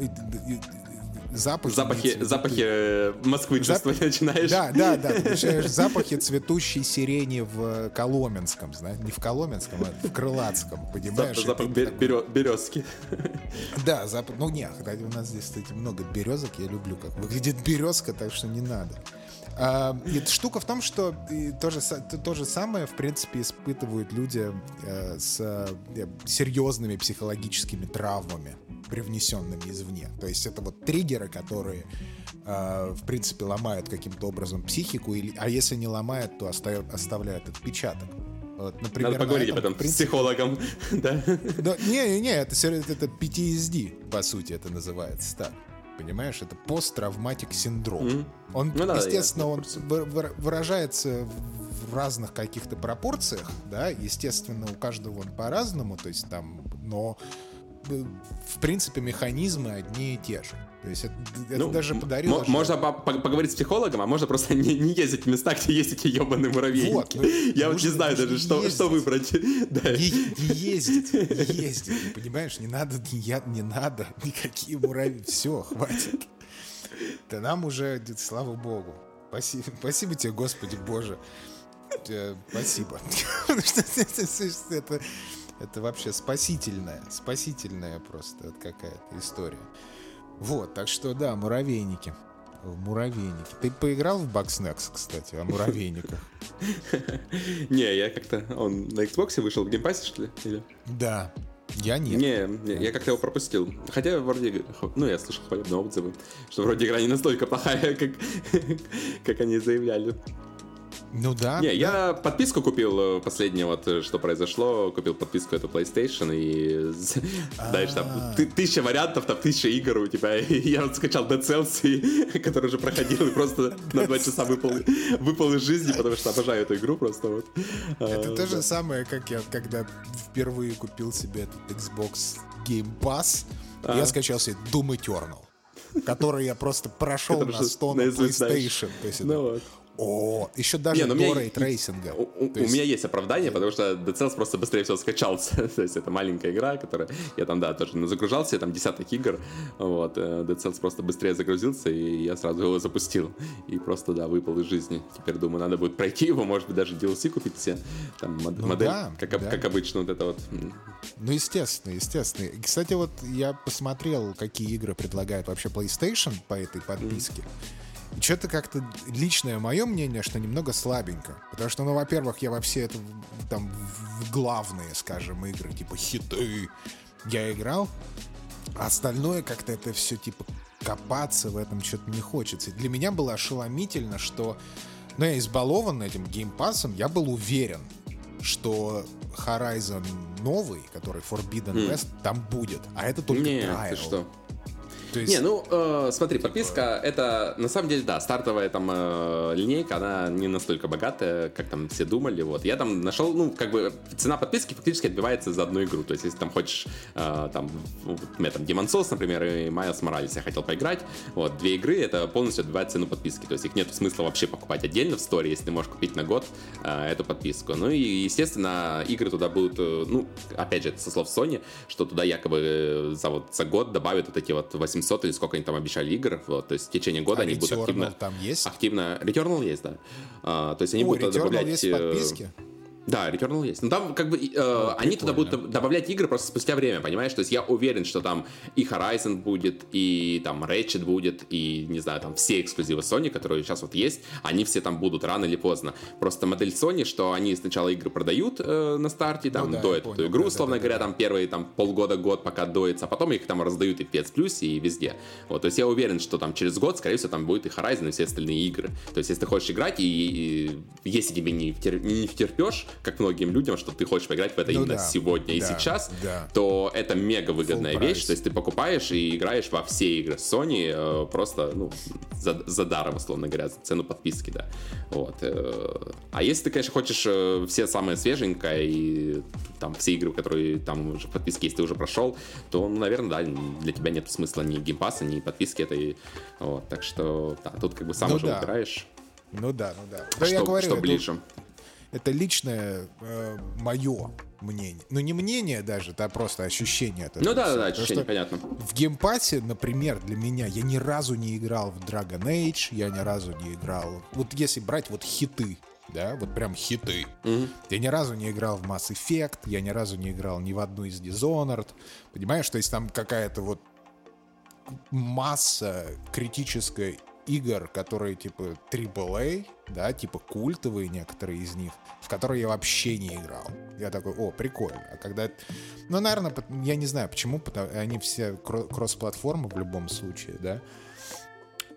Запахи, запахи, запахи Москвы Зап... чувствовать начинаешь. Да, да, да. Ты начинаешь запахи цветущей сирени в Коломенском, знаешь, не в Коломенском, а в Крылатском, понимаешь? Запах бер- бер- березки. Да, запах. Ну нет, кстати, у нас здесь, кстати, много березок. Я люблю, как выглядит березка, так что не надо. А, и штука в том, что то же, то же самое, в принципе, испытывают люди э, с э, серьезными психологическими травмами, привнесенными извне. То есть это вот триггеры, которые, э, в принципе, ломают каким-то образом психику, или, а если не ломают, то оставляют, оставляют отпечаток. Вот, например, надо поговорить об этом принципе... с психологом. Да? Да, не, не, это, это пи ти эс ди, по сути, это называется так. Понимаешь, это посттравматик синдром. Mm-hmm. Он, ну, да, естественно, он выражается в разных каких-то пропорциях, да, естественно, у каждого он по-разному, то есть там, но в принципе, механизмы одни и те же. То есть это, это ну, даже подарило... М- можно по- по- поговорить с психологом, а можно просто не, не ездить в места, где есть эти ебаные муравейники. Вот, ну, Я вот не знаю даже, что, что выбрать. Да. Не, не ездить, не ездить, понимаешь? Не надо, не, не надо никакие муравьи. Все, хватит. Да нам уже, слава богу. Спасибо, спасибо тебе, Господи Боже. Спасибо. это, это вообще спасительная, спасительная просто какая-то история. Вот, так что да, муравейники. Муравейники. Ты поиграл в Bugsnax, кстати, о муравейниках? Не, я как-то... Он на Xbox вышел в геймпассе, что ли? Или? Да. Я нет. Не, не, я как-то его пропустил. Хотя вроде... Ну, я слышал хвалебные отзывы, что вроде игра не настолько плохая, как, как они заявляли. Ну да. Не, да. я подписку купил, последнее вот, что произошло, купил подписку эту PlayStation, и знаешь, там тысяча вариантов, там тысяча игр у тебя, и я вот скачал Dead Cells, который уже проходил, и просто на два часа выпал, выпал из жизни, потому что обожаю эту игру просто вот. Это то же самое, как я, когда впервые купил себе этот Xbox Game Pass, я скачал себе Doom Eternal, который я просто прошел на сто на PlayStation. Ну вот. О, еще даже не, до рейтрейсинга. У, у, есть... у меня есть оправдание, потому что Dead Cells просто быстрее всего скачался. То есть это маленькая игра, которая... Я там, да, тоже загружался, там десяток игр. Вот. Dead Cells просто быстрее загрузился, и я сразу его запустил. И просто, да, выпал из жизни. Теперь, думаю, надо будет пройти его, может быть, даже ди эл си купить себе. Там мод- ну, модель, да, как, да. как обычно, вот это вот. Ну, естественно, естественно. И, кстати, вот я посмотрел, какие игры предлагает вообще PlayStation по этой подписке. Mm-hmm. И что-то как-то личное мое мнение, что немного слабенько. Потому что, ну, во-первых, я во все это там в главные, скажем, игры, типа хиты, я играл. А остальное как-то это все, типа, копаться в этом что-то не хочется. И для меня было ошеломительно, что... Ну, я избалован этим геймпассом, я был уверен, что Horizon новый, который Forbidden mm. West, там будет. А это только Нет, трайл. Ты что? Есть... Не, ну, э, смотри, подписка, это, на самом деле, да, стартовая там э, линейка, она не настолько богатая, как там все думали, вот. Я там нашел, ну, как бы, цена подписки фактически отбивается за одну игру, то есть, если там хочешь, э, там, у меня там Demon's Souls, например, и Miles Morales я хотел поиграть, вот, две игры, это полностью отбивает цену подписки, то есть, их нет смысла вообще покупать отдельно в сторе, если ты можешь купить на год э, эту подписку. Ну, и, естественно, игры туда будут, э, ну, опять же, это со слов Sony, что туда якобы за, вот, за год добавят вот эти вот восемьсот или сколько они там обещали игр, вот, то есть в течение года а они Returnal будут активно... там есть? Активно... Returnal есть, да. А, то есть они О, будут Returnal добавлять... есть в подписке? Да, Returnal есть. Но там как бы э, О, они туда будут добавлять игры просто спустя время, понимаешь? То есть я уверен, что там и Horizon будет, и там Ratchet будет, и, не знаю, там все эксклюзивы Sony, которые сейчас вот есть, они все там будут рано или поздно. Просто модель Sony, что они сначала игры продают э, на старте, там, ну, да, доят эту игру, да, условно да, говоря, да, там первые там полгода-год пока доится, а потом их там раздают и в пи эс Plus, и везде. Вот, то есть я уверен, что там через год, скорее всего, там будет и Horizon, и все остальные игры. То есть если ты хочешь играть, и, и если тебе не, втер, не втерпешь, как многим людям, что ты хочешь поиграть в это ну именно да, сегодня да, и сейчас, да. то это мега выгодная Full вещь. Price. То есть ты покупаешь и играешь во все игры Sony э, просто, ну, за, за даром, условно говоря, за цену подписки, да. Вот. Э, а если ты, конечно, хочешь э, все самое свеженькое и там все игры, которые там уже в подписке, если ты уже прошел, то, ну, наверное, да, для тебя нет смысла ни геймпасса, ни подписки этой. Вот. Так что, да, тут как бы сам ну уже да. выбираешь. Ну да, ну да. Да что, я говорю, что это... ближе. Это личное э, мое мнение. Ну, не мнение даже, это просто ощущение. От ну да, да, ощущение, понятно. В геймпассе, например, для меня, я ни разу не играл в Dragon Age, я ни разу не играл... Вот если брать вот хиты, да, вот прям хиты. Mm-hmm. Я ни разу не играл в Mass Effect, я ни разу не играл ни в одну из Dishonored. Понимаешь, то есть там какая-то вот масса критическая игр, которые типа трипл эй, да, типа культовые некоторые из них, в которые я вообще не играл. Я такой, о, прикольно. А когда... Ну, наверное, я не знаю, почему, потому... они все кросс-платформы в любом случае, да.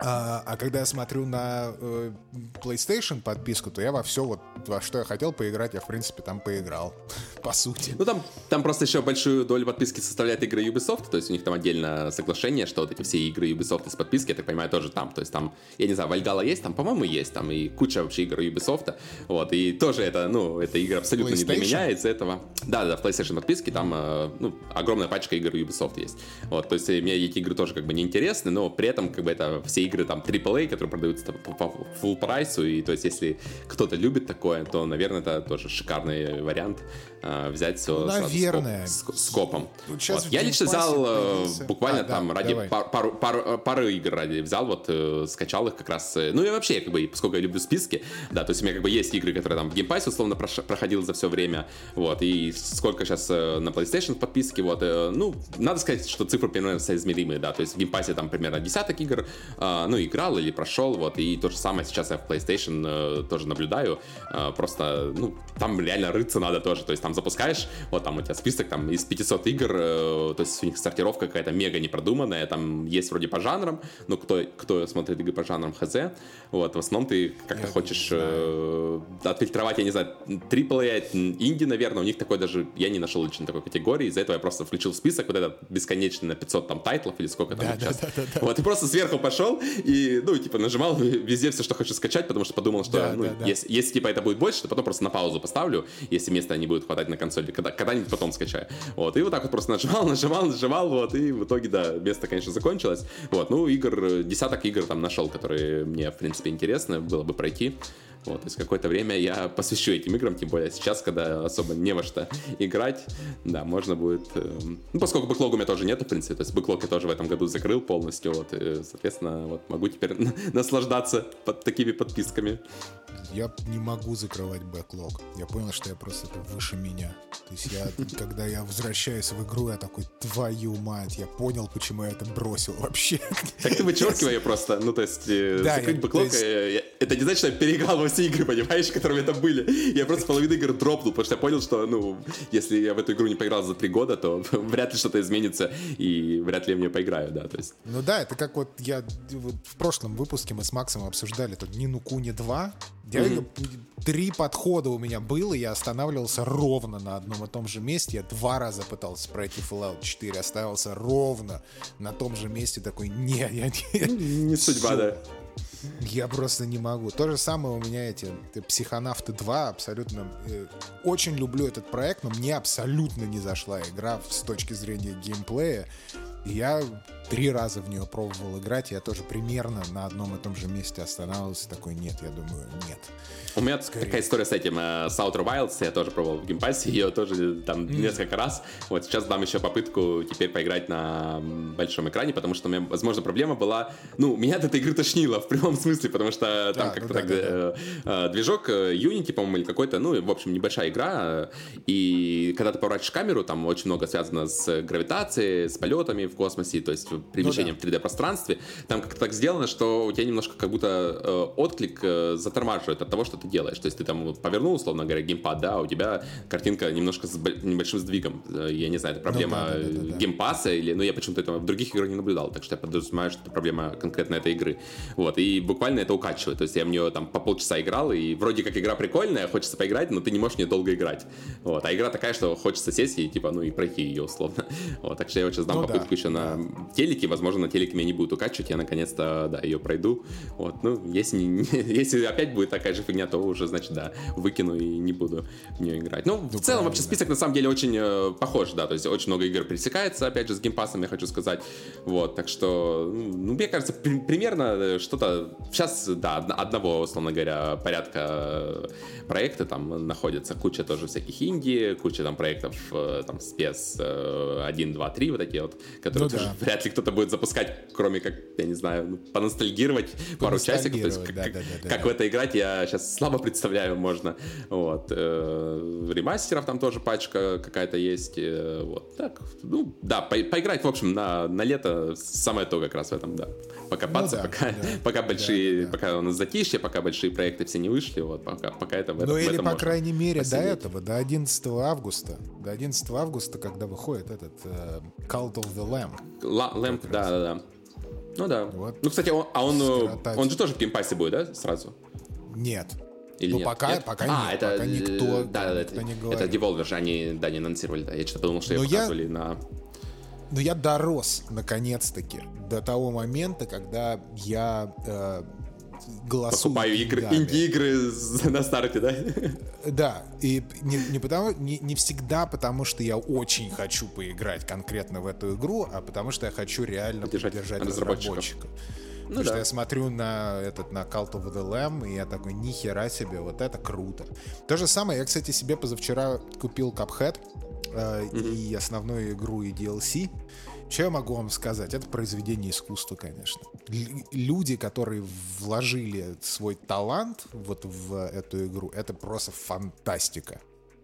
А, а когда я смотрю на э, PlayStation подписку, то я во все, вот, во что я хотел поиграть, я, в принципе, там поиграл, по сути. Ну, там, там просто еще большую долю подписки составляет игры Ubisoft, то есть у них там отдельно соглашение, что вот эти все игры Ubisoft из подписки, я так понимаю, тоже там. То есть там, я не знаю, Valhalla есть, там, по-моему, есть, там и куча вообще игр Ubisoft. Вот, и тоже это, ну, эта игра абсолютно не для меня из-за этого. Да-да, в PlayStation подписке там, э, ну, огромная пачка игр Ubisoft есть. Вот, то есть мне эти игры тоже как бы не интересны, но при этом как бы это все игры там трипл эй, которые продаются по, по full прайсу, и то есть если кто-то любит такое, то, наверное, это тоже шикарный вариант э, взять все ну, наверное. С, с, с копом. Вот вот. Я лично взял появился... буквально а, там да, ради пар, пару, пару, пару игр ради взял, вот э, скачал их как раз. Э, ну и вообще, как бы, поскольку я люблю списки, да, то есть у меня как бы есть игры, которые там в геймпассе условно прош, проходил за все время, вот, и сколько сейчас э, на PlayStation в подписке, вот, э, ну, надо сказать, что цифры примерно соизмеримые, да, то есть в геймпассе там примерно десяток игр, э, ну, играл или прошел, вот, и то же самое сейчас я в PlayStation э, тоже наблюдаю, э, просто, ну, там реально рыться надо тоже, то есть там запускаешь, вот там у тебя список там из пятисот игр, э, то есть у них сортировка какая-то мега непродуманная, там есть вроде по жанрам, но кто, кто смотрит игры по жанрам, хз, вот, в основном ты как-то я хочешь э, отфильтровать, я не знаю, трипл эй, инди, наверное, у них такой даже, я не нашел лично такой категории, из-за этого я просто включил список, вот этот бесконечный на пятьсот там тайтлов, или сколько там да, сейчас, да, да, да, вот, и просто сверху пошел, и, ну, типа, нажимал везде все, что хочу скачать, потому что подумал, что, да, ну, да, да. Если, если, типа, это будет больше, то потом просто на паузу поставлю, если места не будет хватать на консоли, когда, когда-нибудь потом скачаю, вот, и вот так вот просто нажимал, нажимал, нажимал, вот, и в итоге, да, место, конечно, закончилось, вот, ну, игр, десяток игр там нашел, которые мне, в принципе, интересно было бы пройти. Вот, то есть какое-то время я посвящу этим играм, тем более сейчас, когда особо не во что играть, да, можно будет... Э, ну, поскольку бэклога у меня тоже нету, в принципе, то есть бэклог я тоже в этом году закрыл полностью, вот, и, соответственно, вот, могу теперь наслаждаться под такими подписками. Я не могу закрывать бэклог. Я понял, что я просто это выше меня. То есть я, когда я возвращаюсь в игру, я такой, твою мать, я понял, почему я это бросил вообще. Так ты вычеркивай просто, ну, то есть да, закрыть бэклог, есть... это не значит, что я переиграл во все игры, понимаешь, которые там были. Я просто половину игр дропнул, потому что я понял, что, ну, если я в эту игру не поиграл за три года, то вряд ли что-то изменится, и вряд ли я в нее поиграю, да, то есть. Ну да, это как вот я вот в прошлом выпуске мы с Максом обсуждали тут Ни Ну Куни два. Я, mm-hmm. Три подхода у меня было, я останавливался ровно на одном и том же месте. Я два раза пытался пройти Fallout четыре, оставался ровно на том же месте, такой, не, я не... Не судьба, да. Я просто не могу. То же самое у меня эти Психонавты два абсолютно... Э, очень люблю этот проект, но мне абсолютно не зашла игра с точки зрения геймплея. И я три раза в нее пробовал играть, я тоже примерно на одном и том же месте останавливался, такой, нет, я думаю, нет. У меня Скорее. такая история с этим, с Outer Wilds, я тоже пробовал в геймпассе, ее тоже там mm. несколько раз, вот сейчас дам еще попытку теперь поиграть на большом экране, потому что у меня, возможно, проблема была, ну, меня от этой игры тошнило в прямом смысле, потому что там да, как-то ну, так, да, да, да. движок Unity, по-моему, или какой-то, ну, в общем, небольшая игра, и когда ты поворачиваешь камеру, там очень много связано с гравитацией, с полетами в космосе, то есть перемещением ну, да. в три дэ-пространстве, там как-то так сделано, что у тебя немножко как будто э, отклик э, затормаживает от того, что ты делаешь. То есть ты там повернул, условно говоря, геймпад, да, а у тебя картинка немножко с небольшим сдвигом. Я не знаю, это проблема ну, да, да, да, да. геймпасса или... Ну, я почему-то этого в других играх не наблюдал, так что я подразумеваю, что это проблема конкретно этой игры. Вот, и буквально это укачивает. То есть я в нее там по полчаса играл, и вроде как игра прикольная, хочется поиграть, но ты не можешь в нее долго играть. Вот, а игра такая, что хочется сесть и, типа, ну, и пройти ее условно. Вот, так что я вот сейчас дам ну, попытку да, еще да. на телеке. Возможно, на телеке меня не будут укачивать, я наконец-то, да, ее пройду. Вот, ну, если, не, если опять будет такая же фигня, то уже, значит, да, выкину и не буду в нее играть. Ну, в целом, вообще, список на самом деле очень э, похож, да, то есть очень много игр пересекается, опять же, с геймпассом, я хочу сказать. Вот, так что, ну, мне кажется, при, примерно что-то, сейчас, да, одного, условно говоря, порядка проекта там находится, куча тоже всяких инди, куча там проектов, э, там, спец э, один, два, три, вот такие вот, которые ну, тоже да. вряд ли кто-то будет запускать, кроме как, я не знаю, ну, поностальгировать пару часиков, то есть да, как, да, да, как да. в это играть, я сейчас слабо представляю, можно. Вот. Ремастеров там тоже пачка какая-то есть. Вот так. Ну, да, по- поиграть, в общем, на, на лето самое то как раз в этом, да. Покопаться, ну, да, пока, да, пока большие, да, да, пока у нас затишье, пока большие проекты все не вышли, вот, пока, пока это в этом. Ну, или, этом по крайней мере, посидеть. до этого, до одиннадцатого августа. До одиннадцатого августа, когда выходит этот uh, Cult of the Lamb. Ла- Lamb, да, да, да. Ну да. Вот. Ну, кстати, он, а он, Скоротать. он же тоже в геймпассе будет, да, сразу? Нет. Или ну, нет? пока, нет? пока а, нет. это, Пока никто, да, никто это, не говорит. это Devolver же, они, да, не анонсировали, да. Я что-то подумал, что Но ее я- показывали на... Но я дорос, наконец-таки, до того момента, когда я э, голосую Покупаю игры, деньгами. инди-игры с- на старте, да? Да, и не, не, потому, не, не всегда потому, что я очень хочу поиграть конкретно в эту игру, а потому что я хочу реально Поддержать поддержать разработчиков. разработчиков. Ну Потому что да. я смотрю на этот на Cult of the Lamb, и я такой, нихера себе, вот это круто. То же самое, я, кстати, себе позавчера купил Cuphead э, и основную игру, и ди эл си. Что я могу вам сказать? Это произведение искусства, конечно. Л- люди, которые вложили свой талант вот в эту игру, это просто фантастика.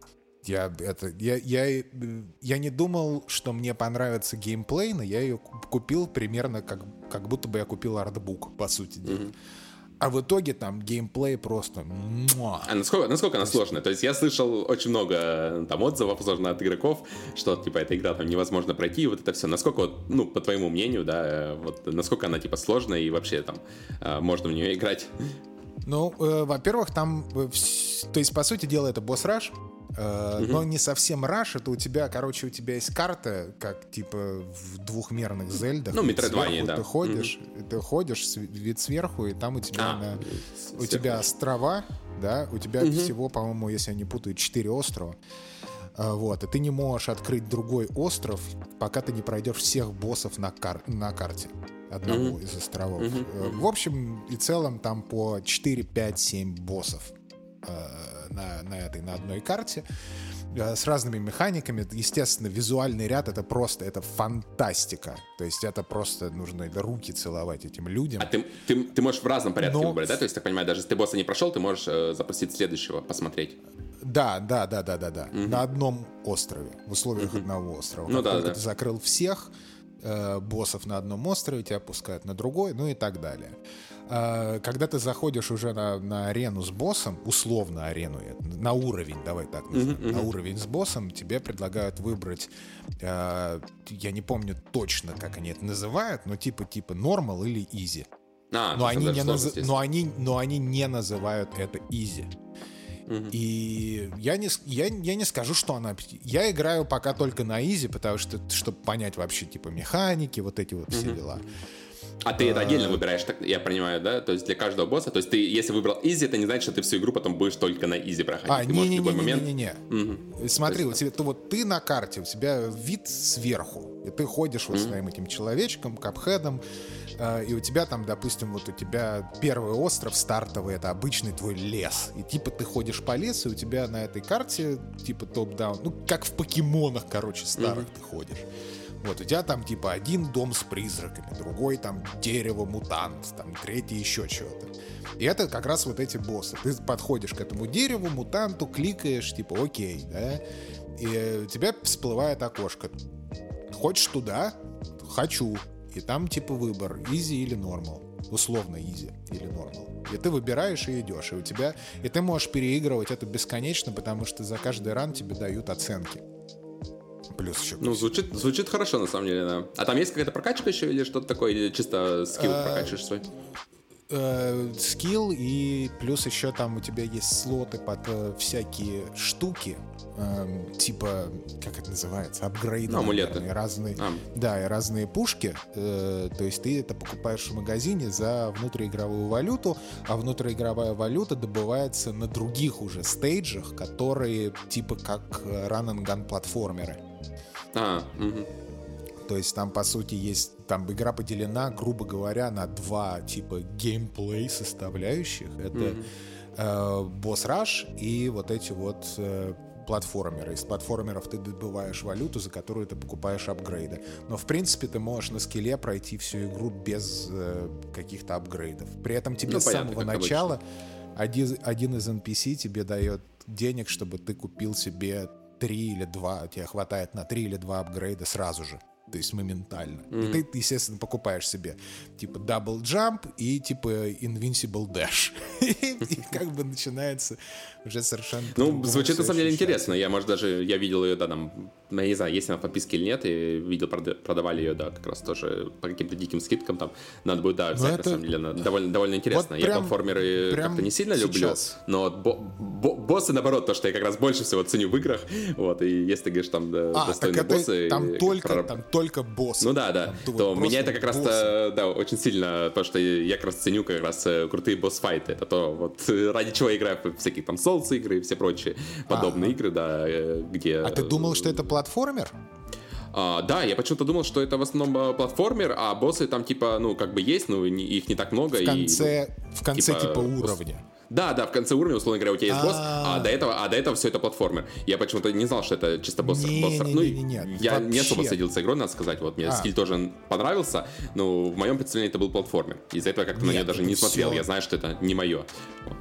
Я, это, я, я, я не думал, что мне понравится геймплей, но я ее купил примерно как, как будто бы я купил артбук, по сути дела. Mm-hmm. А в итоге там геймплей просто... муа. А насколько, насколько она сложная? То есть я слышал очень много там отзывов, возможно, от игроков, что типа эта игра там невозможно пройти, и вот это все. Насколько, вот, ну, по твоему мнению, да, вот насколько она типа сложная и вообще там можно в нее играть? Ну, э, во-первых, там... э, вс- То есть, по сути дела, это босс-раш, э, mm-hmm. но не совсем раш. Это у тебя, короче, у тебя есть карта, как типа в двухмерных Зельдах. Ну, вид Metroidvania, сверху да. Ты ходишь, mm-hmm. ты ходишь, с- вид сверху, и там у тебя, А, на, с- у тебя сверху. острова, да, у тебя Mm-hmm. всего, по-моему, если я не путаю, четыре острова. А, Вот, и ты не можешь открыть другой остров, пока ты не пройдешь всех боссов на, кар- на карте одного Mm-hmm. из островов. Mm-hmm. Э, В общем и целом там по четыре, пять, семь боссов э, на, на этой, на одной карте э, с разными механиками. Естественно, визуальный ряд — это просто, это фантастика. То есть это просто нужно это руки целовать этим людям. А ты, ты, ты можешь в разном порядке Но- выбрать, да? То есть, так понимаю, даже если ты босса не прошел, ты можешь э, запустить следующего, посмотреть. Да, да, да, да, да, да. Мгм. На одном острове, в условиях одного острова. Ну как да, только да. ты закрыл всех э, боссов на одном острове, тебя пускают на другой, ну и так далее. Э, когда ты заходишь уже на, на арену с боссом, условно арену, э, на уровень, давай так назовем, Мгм, мгм. на уровень с боссом, тебе предлагают выбрать, э, я не помню точно, как они это называют, но типа типа normal или easy. А, Но то есть они, там не даже наз- сложность есть. но, они, но они не называют это easy. Мгм. И я не, с- я, я не скажу, что она... Я играю пока только на изи, потому что, чтобы понять вообще, типа, механики, вот эти вот все Мгм. дела. А ты это отдельно выбираешь, так, я понимаю, да? То есть для каждого босса, то есть ты, если выбрал изи, это не значит, что ты всю игру потом будешь только на изи проходить. А, ты можешь в любой момент... не-не-не-не-не-не. Мгм. Смотри, То у тебя, то вот ты на карте, у тебя вид сверху, и ты ходишь вот Мгм. с своим этим человечком, капхедом, э, и у тебя там, допустим, вот у тебя первый остров стартовый, это обычный твой лес. И типа ты ходишь по лесу, и у тебя на этой карте типа топ-даун, ну как в покемонах, короче, старых ты ходишь. Вот, у тебя там типа один дом с призраками, другой там дерево-мутант, там третий еще чего-то. И это как раз вот эти боссы. Ты подходишь к этому дереву, мутанту, кликаешь, типа окей, да, и у тебя всплывает окошко. Хочешь туда? Хочу. И там типа выбор, изи или нормал. Условно изи или нормал. И ты выбираешь и идешь. И у тебя... И ты можешь переигрывать это бесконечно, потому что за каждый ран тебе дают оценки. Плюс еще... Ну, звучит, звучит хорошо, на самом деле, да. А там есть какая-то прокачка еще или что-то такое? Или чисто скилл А, прокачиваешь свой? э, скилл, и плюс еще там у тебя есть слоты под э, всякие штуки, эм, типа, как это называется, апгрейды, Ну, амулеты. наверное, разные, А. да, и разные пушки, э, то есть ты это покупаешь в магазине за внутриигровую валюту, а внутриигровая валюта добывается на других уже стейджах, которые типа как run-and-gun платформеры. А, мгм. То есть там, по сути, есть... Там игра поделена, грубо говоря, на два типа геймплей составляющих. Это Мгм. э, босс-раш и вот эти вот э, платформеры. Из платформеров ты добываешь валюту, за которую ты покупаешь апгрейды. Но, в принципе, ты можешь на скилле пройти всю игру без э, каких-то апгрейдов. При этом тебе Ну, с понятно, самого как начала один, один из эн пи си тебе дает денег, чтобы ты купил себе три или два, тебе хватает на три или два апгрейда сразу же. То есть моментально. Mm-hmm. И ты, естественно, покупаешь себе типа Double Jump и типа Invincible Dash. И как бы начинается уже совершенно... Ну, по-другому звучит на всё самом деле ощущаться. интересно. Я, может, даже я видел ее, да, там я не знаю, есть она в подписке или нет, и видел, продавали ее, да, как раз тоже по каким-то диким скидкам там. Надо будет, да, взять, это... на самом деле, она довольно, довольно интересно. Вот я прям, платформеры прям как-то не сильно сейчас. люблю, но вот бо- бо- боссы, наоборот, то, что я как раз больше всего ценю в играх, вот, и если ты говоришь, там, да, а, достойные это, боссы... Там только, прораб... там только боссы. Ну да, да, там, то меня это как раз-то, да, очень сильно, то, что я как раз ценю как раз крутые босс-файты, это то, вот, ради чего я играю в всякие там Souls-игры и все прочие подобные а, игры, да, где... А ты думал, что это платформер? А, да, я почему-то думал, что это в основном платформер, а боссы там типа, ну, как бы есть, но их не так много. В конце, и, ну, в конце типа, типа уровня. Да, да, в конце уровня, условно говоря, у тебя есть босс, а до этого, а до этого все это платформер. Я почему-то не знал, что это чисто босс. Не, босс. Не, ну, не, не, не, я вообще. не особо следил за игрой, надо сказать. Вот мне а. стиль тоже понравился, но в моем представлении это был платформер. Из-за этого я как-то Нет, на нее даже не все. смотрел. Я знаю, что это не мое. Вот.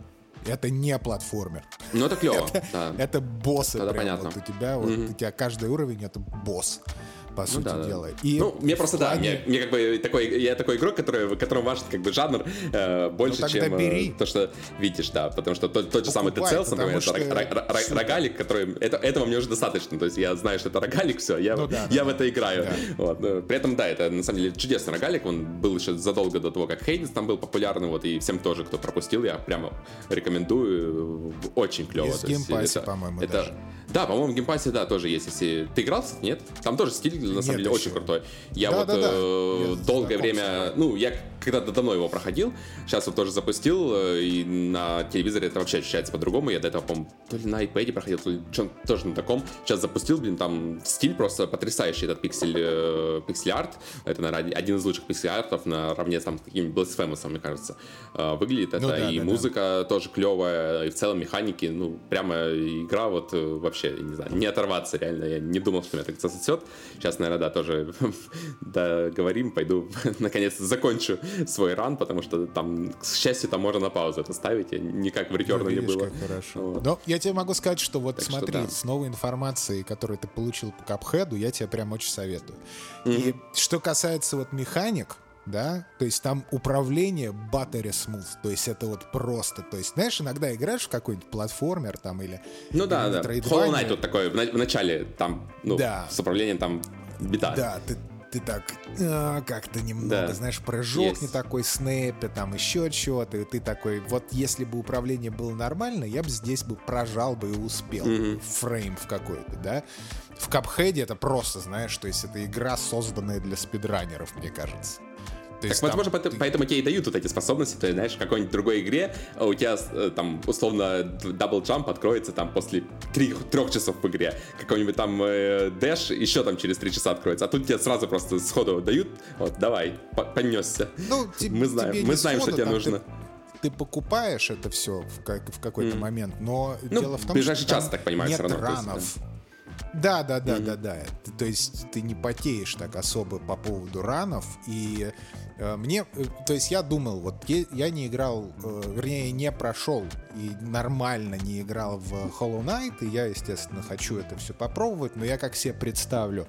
Это не платформер. Ну, это клево. это, да. это боссы. Тогда прям. понятно. Вот у тебя, вот, mm-hmm. у тебя каждый уровень это босс. По ну, сути да, дела. Да. И ну, мне просто, плане... да, мне, мне как бы такой, я такой игрок, который, в котором важен как бы жанр э, больше, ну, чем бери. э, то, что видишь, да, потому что тот, тот же самый Dead Cells, например, что... это р- р- р- рогалик, который, это, этого мне уже достаточно, то есть я знаю, что это рогалик, все, я, ну, да, я да, в это играю. Да. Вот. При этом, да, это на самом деле чудесный рогалик, он был еще задолго до того, как Хейдес там был популярный, вот, и всем тоже, кто пропустил, я прямо рекомендую, очень клево. Есть в геймпассе, по-моему, это, даже. Да, по-моему, в геймпассе, да, тоже есть, если... Ты играл, кстати, нет? Там тоже стиль, на самом деле, еще. очень крутой. Я да, вот да, да. э, я долгое время, ну, я когда-то давно его проходил, сейчас вот тоже запустил, и на телевизоре это вообще ощущается по-другому. Я до этого, по-моему, то ли на iPad проходил, то ли тоже на таком. Сейчас запустил, блин, там стиль просто потрясающий, этот пиксель, э, пиксель-арт. Это, наверное, один из лучших пиксель-артов наравне там, с такими Blasphemous, мне кажется. Э, выглядит это, ну, да, и да, музыка да. тоже клевая, и в целом механики, ну, прямо игра вот вообще, не знаю, не оторваться реально. Я не думал, что меня так засосет. Сейчас, наверное, да, тоже договорим, пойду, наконец-то закончу свой ран, потому что там, к счастью, там можно на паузу это ставить, я никак в ретерну не было. Хорошо. Вот. Но я тебе могу сказать, что вот так смотри, что, да. с новой информацией, которую ты получил по Cuphead'у, я тебе прям очень советую. Mm-hmm. И что касается вот механик, да, то есть там управление battery smooth, то есть это вот просто, то есть, знаешь, иногда играешь в какой-нибудь платформер там или... Ну да, да, Hollow Knight вот такой, в, в начале там, ну, да. с управлением там беда. Да, ты, ты так а, как-то немного, да. знаешь, прыжок yes. не такой, снэпе, там еще что-то, и ты такой, вот если бы управление было нормально, я бы здесь бы прожал бы и успел, mm-hmm. фрейм в какой-то, да. В Cuphead'е это просто, знаешь, то есть это игра, созданная для спидранеров, мне кажется. То так, возможно, там, ты... поэтому тебе и дают вот эти способности, то есть, знаешь, в какой-нибудь другой игре у тебя там, условно, дабл-джамп откроется там после трех часов в игре, какой-нибудь там э, дэш еще там через три часа откроется, а тут тебе сразу просто сходу дают, вот, давай, понесся. Ну, te- мы знаем, мы знаем, сходу, что тебе нужно. Ты, ты покупаешь это все в, как, в какой-то mm. момент, но ну, дело в том, в ближайший что час, так понимаю, нет все равно. ранов. Есть, да. Да, да, да, mm-hmm. да, да. То есть ты не потеешь так особо по поводу ранов. И э, мне, э, то есть я думал, вот я, я не играл, э, вернее, не прошел и нормально не играл в Hollow Knight, и я, естественно, хочу это все попробовать, но я как себе представлю,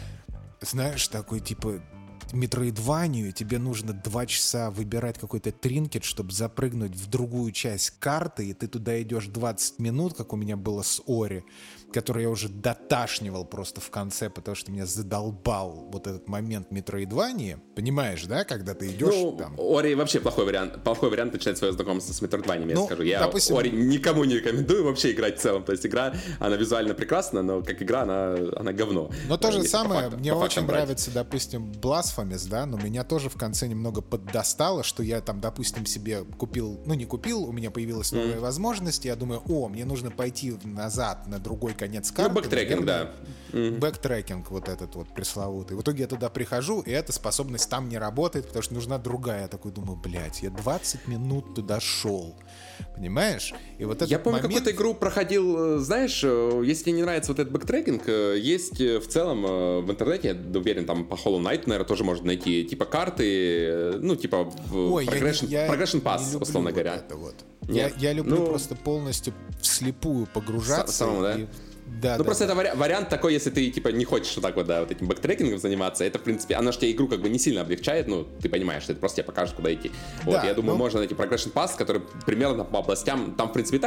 знаешь, такой типа метроидванию, тебе нужно два часа выбирать какой-то тринкет, чтобы запрыгнуть в другую часть карты, и ты туда идешь двадцать минут, как у меня было с Ори, который я уже доташнивал просто в конце, потому что меня задолбал вот этот момент метроидвании. Понимаешь, да, когда ты идешь ну, там... Ори вообще плохой вариант. Плохой вариант начинать свое знакомство с метроидваниями, ну, я скажу. Я допустим... Ори никому не рекомендую вообще играть в целом. То есть игра, она визуально прекрасна, но как игра, она, она говно. Но то же самое, факту, мне очень нравится, брать. допустим, Blasphemous, да, но меня тоже в конце немного поддостало, что я там, допустим, себе купил, ну не купил, у меня появилась новая mm. возможность, я думаю, о, мне нужно пойти назад на другой конец карты. Ну, бэктрекинг, да. Mm-hmm. Бэктрекинг вот этот вот пресловутый. В итоге я туда прихожу, и эта способность там не работает, потому что нужна другая. Я такой думаю, блядь, я двадцать минут туда шел. Понимаешь? И вот я помню, момент... какую-то игру проходил, знаешь, если тебе не нравится вот этот бэктрекинг, есть в целом в интернете, я уверен, там по Hollow Knight, наверное, тоже можно найти, типа карты, ну, типа Ой, Progression, я, я Progression Pass, условно вот говоря. Это вот. Я, я люблю ну, просто полностью вслепую погружаться. Самому, да? И... Да, ну да, просто да. это вари- вариант такой, если ты типа не хочешь вот так вот, да, вот этим бэктрекингом заниматься, это в принципе, она же тебе игру как бы не сильно облегчает, ну ты понимаешь, что это просто тебе покажет, куда идти. Вот, да, я думаю, ну... можно найти Progression Pass, который примерно по областям, там в принципе и так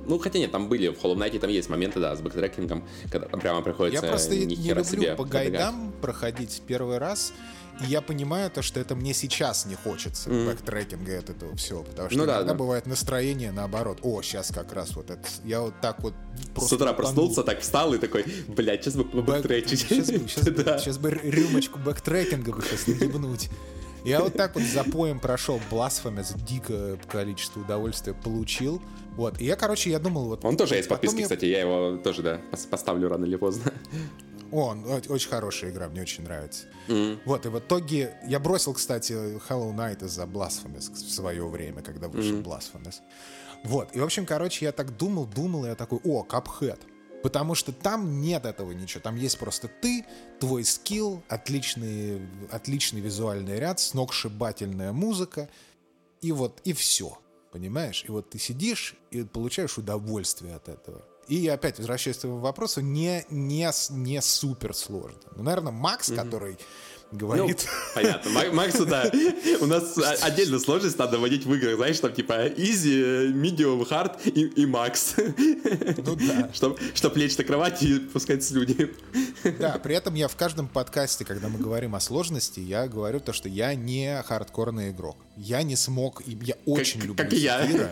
Ну, хотя нет, там были, в Hollow Knight там есть моменты, да, с бэктрекингом, когда прямо приходится Я просто ни не хера люблю себе по пробегать. гайдам проходить первый раз. И я понимаю то, что это мне сейчас не хочется, mm. бэктрекинга от этого всего. Потому что ну, иногда да, да. бывает настроение наоборот. О, сейчас как раз вот это. Я вот так вот с утра проснулся, так встал и такой, блядь, сейчас бы побэктречить. Сейчас, сейчас, да. сейчас бы рюмочку бэктрекинга бы сейчас наебнуть. Я вот так вот за поем прошел Blasphemous, дикое количество удовольствия получил. Вот. И я, короче, я думал... вот. Он тоже есть в подписке, я... кстати, я его тоже, да, поставлю рано или поздно. Он, очень хорошая игра, мне очень нравится. Mm-hmm. Вот, и в итоге... Я бросил, кстати, Hollow Knight из-за Blasphemous в свое время, когда вышел mm-hmm. Blasphemous. Вот, и, в общем, короче, я так думал, думал, и я такой, о, Cuphead. Потому что там нет этого ничего. Там есть просто ты, твой скилл, отличный, отличный визуальный ряд, сногсшибательная музыка. И вот, и все. Понимаешь? И вот ты сидишь и получаешь удовольствие от этого. И опять возвращаясь к твоему вопросу, не, не, не супер сложно. Ну, наверное, Макс, mm-hmm. который говорит... Ну, понятно. Максу, да. У нас отдельно сложность надо вводить в играх, знаешь, там типа easy, medium, hard и, и max. Ну да. Чтоб, чтоб лечь на кровати и пускать слюни. Да, при этом я в каждом подкасте, когда мы говорим о сложности, я говорю то, что я не хардкорный игрок. Я не смог... Я очень как, люблю как и я. Секиро.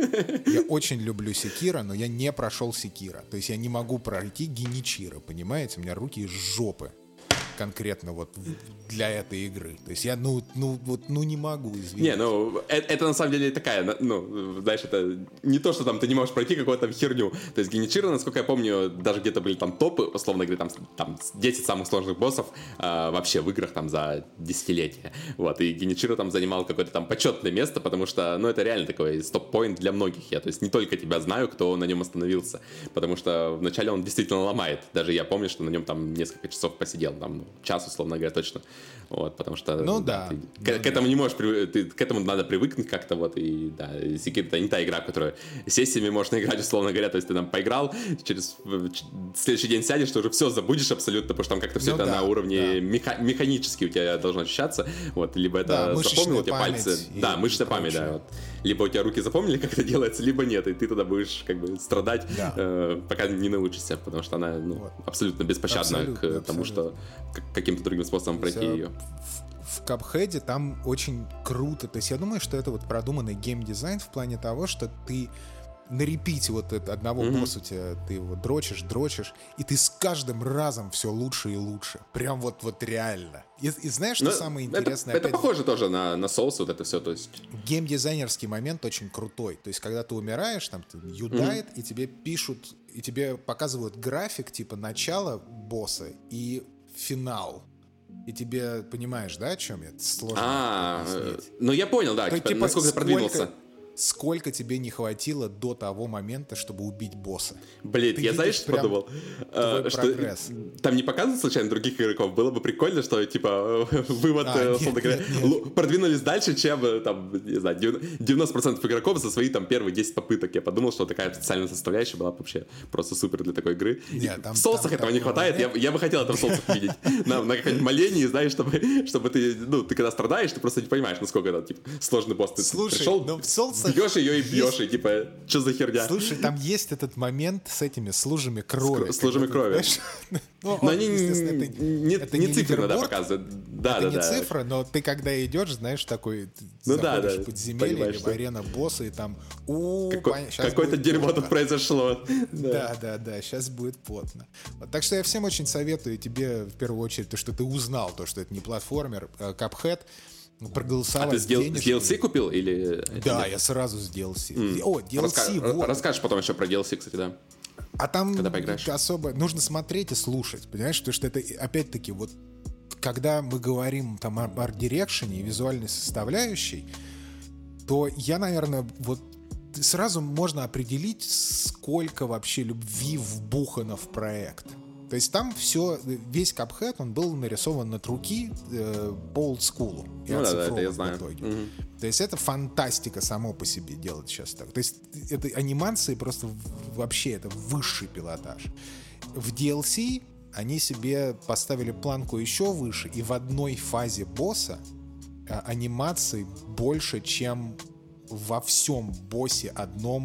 Я очень люблю Секиро, но я не прошел Секиро. То есть я не могу пройти Геничиро, понимаете? У меня руки из жопы конкретно вот для этой игры. То есть я, ну, ну, вот, ну не могу, извините. Не, ну, это, это на самом деле такая, ну, знаешь, это не то, что там ты не можешь пройти какую-то там херню. То есть Геничиро, насколько я помню, даже где-то были там топы, условно говоря, там, там десять самых сложных боссов а, вообще в играх там за десятилетия. Вот, и Геничиро там занимал какое-то там почетное место, потому что, ну, это реально такой стоп-поинт для многих. Я, то есть не только тебя знаю, кто на нем остановился, потому что вначале он действительно ломает. Даже я помню, что на нем там несколько часов посидел, там, час, условно говоря, точно. Вот, потому что ну, да, ты, ну, к, да. к этому не можешь, ты, к этому надо привыкнуть как-то, вот, и да, Секиро — это не та игра, в которую сессиями можно играть, условно говоря, то есть ты там поиграл, через следующий день сядешь, ты уже все забудешь абсолютно, потому что там как-то все ну, это да, на уровне да. меха- механически у тебя должно ощущаться, вот, либо это да, запомнил у тебя пальцы, да, мышечная память, да, вот. Либо у тебя руки запомнили, как это делается, либо нет, и ты тогда будешь как бы страдать, да. э, пока не научишься, потому что она ну, вот. абсолютно беспощадна абсолютно, к абсолютно. тому, что каким-то другим способом пройти Все ее. В, в Cuphead там очень круто, то есть я думаю, что это вот продуманный геймдизайн в плане того, что ты на репите вот это, одного mm-hmm. босса у тебя, ты его дрочишь, дрочишь, и ты с каждым разом все лучше и лучше. Прям вот, вот реально. И, и знаешь, что Но самое интересное? Это, это похоже тоже на, на Souls, вот это все, то есть... Геймдизайнерский момент очень крутой. То есть, когда ты умираешь, там, юдает, mm-hmm. и тебе пишут, и тебе показывают график, типа, начала босса и финал. И тебе, понимаешь, да, о чем я? Это сложно а, объяснить. Ну, я понял, да, То, типа, типа, насколько ты продвинулся. Сколько тебе не хватило до того момента, чтобы убить босса? Блин, я знаешь, что подумал? Твой что прогресс. Там не показывают случайно других игроков? Было бы прикольно, что, типа, вывод, а, условно говоря, продвинулись дальше, чем, там, не знаю, девяносто процентов игроков за свои, там, первые десять попыток. Я подумал, что такая специальная составляющая была вообще просто супер для такой игры. Нет, там, в соусах там, этого там, не хватает, я, я бы хотел это в соусах видеть. На, на каком-нибудь молении, знаешь, чтобы, чтобы ты, ну, ты когда страдаешь, ты просто не понимаешь, насколько это, типа, сложный босс. Ты Слушай, пришел, но в соусах бьешь ее и бьешь, есть... и типа, что за херня? Слушай, там есть этот момент с этими, с лужами крови. С, с лужами крови. Ну, но он, они это, не, это не не цифры надо показывать. Да, это да, не да. цифра, но ты когда идешь, знаешь, такой, ну, заходишь да, да, в подземелье или что... в арена босса, и там, у Какой, какое-то дерьмо плотно. Тут произошло. Да. да, да, да, сейчас будет плотно. Вот, так что я всем очень советую тебе, в первую очередь, то, что ты узнал, то, что это не платформер, а Cuphead, проголосовать. А ты сдел, с ди эл си купил или... Да, я сразу с ди эл си. Mm. О, ди эл си, Раска... вот. Расскажешь потом еще про ди эл си, кстати, да. А там особо нужно смотреть и слушать, понимаешь? Потому что это, опять-таки, вот когда мы говорим там об арт-дирекшене и визуальной составляющей, то я, наверное, вот сразу можно определить, сколько вообще любви вбухано в проект. То есть там все, весь Cuphead, он был нарисован от руки э, по олдскулу. Ну да, да, это я знаю. Угу. То есть это фантастика само по себе делать сейчас так. То есть это анимации просто вообще это высший пилотаж. В ди эл си они себе поставили планку еще выше, и в одной фазе босса а, анимации больше, чем во всем боссе одном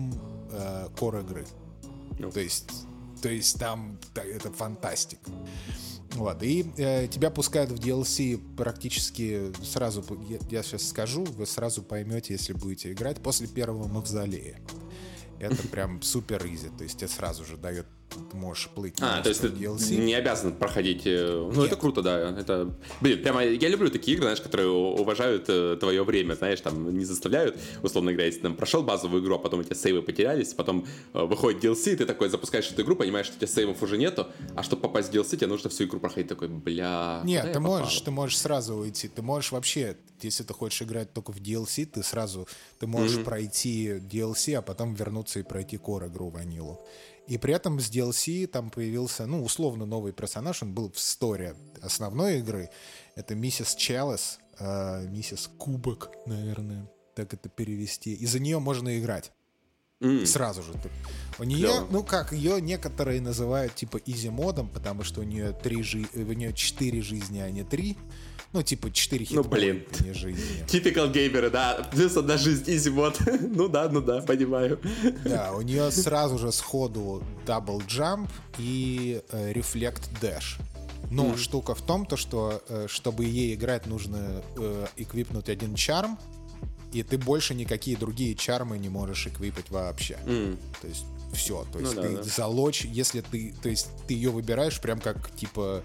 э, core игры. No. То есть, то есть там да, это фантастика. Вот. И э, тебя пускают в ди эл си практически сразу, я, я сейчас скажу, вы сразу поймете, если будете играть, после первого Мавзолея. Это прям супер изи, то есть тебе сразу же дает, ты можешь плыть. А, то есть ты ди эл си. Не обязан проходить. Ну, Нет. Это круто, да. Это, блин, прямо я люблю такие игры, знаешь, которые уважают твое время, знаешь, там не заставляют, условно говоря, если ты там прошел базовую игру, а потом у тебя сейвы потерялись, потом выходит ди эл си, ты такой запускаешь эту игру, понимаешь, что у тебя сейвов уже нету, а чтобы попасть в ди эл си, тебе нужно всю игру проходить. Такой, бля. Нет, ты можешь, ты можешь сразу уйти. Ты можешь вообще, если ты хочешь играть только в ди эл си, ты сразу, ты можешь mm-hmm. пройти ди эл си, а потом вернуться и пройти core игру ванилу. И при этом с ди эл си там появился, ну, условно новый персонаж, он был в сторе основной игры. Это миссис Челлес, э, миссис Кубок, наверное, так это перевести. И за нее можно играть. Mm. Сразу же. У нее, Клево. ну как, ее некоторые называют типа изи-модом, потому что у нее, три жи... у нее четыре жизни, а не три. Ну, типа, четыре хит. Ну, блин. Typical геймеры, да. Плюс одна жизнь, easy мод. ну да, ну да, понимаю. Да, у нее сразу же сходу double jump и э, reflect dash. Но mm. штука в том, то, что э, чтобы ей играть, нужно э, эквипнуть один чарм, и ты больше никакие другие чармы не можешь эквипать вообще. Mm. То есть все. То есть ну, ты да, да. залочь, если ты, то есть ты ее выбираешь прям как типа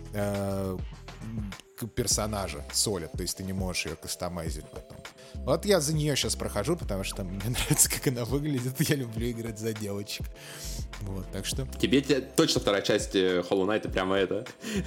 э, персонажа солид, то есть ты не можешь ее кастомайзить потом. Вот я за нее сейчас прохожу, потому что мне нравится, как она выглядит. Я люблю играть за девочек. Вот, так что... Тебе точно вторая часть Hollow Knight прямо это...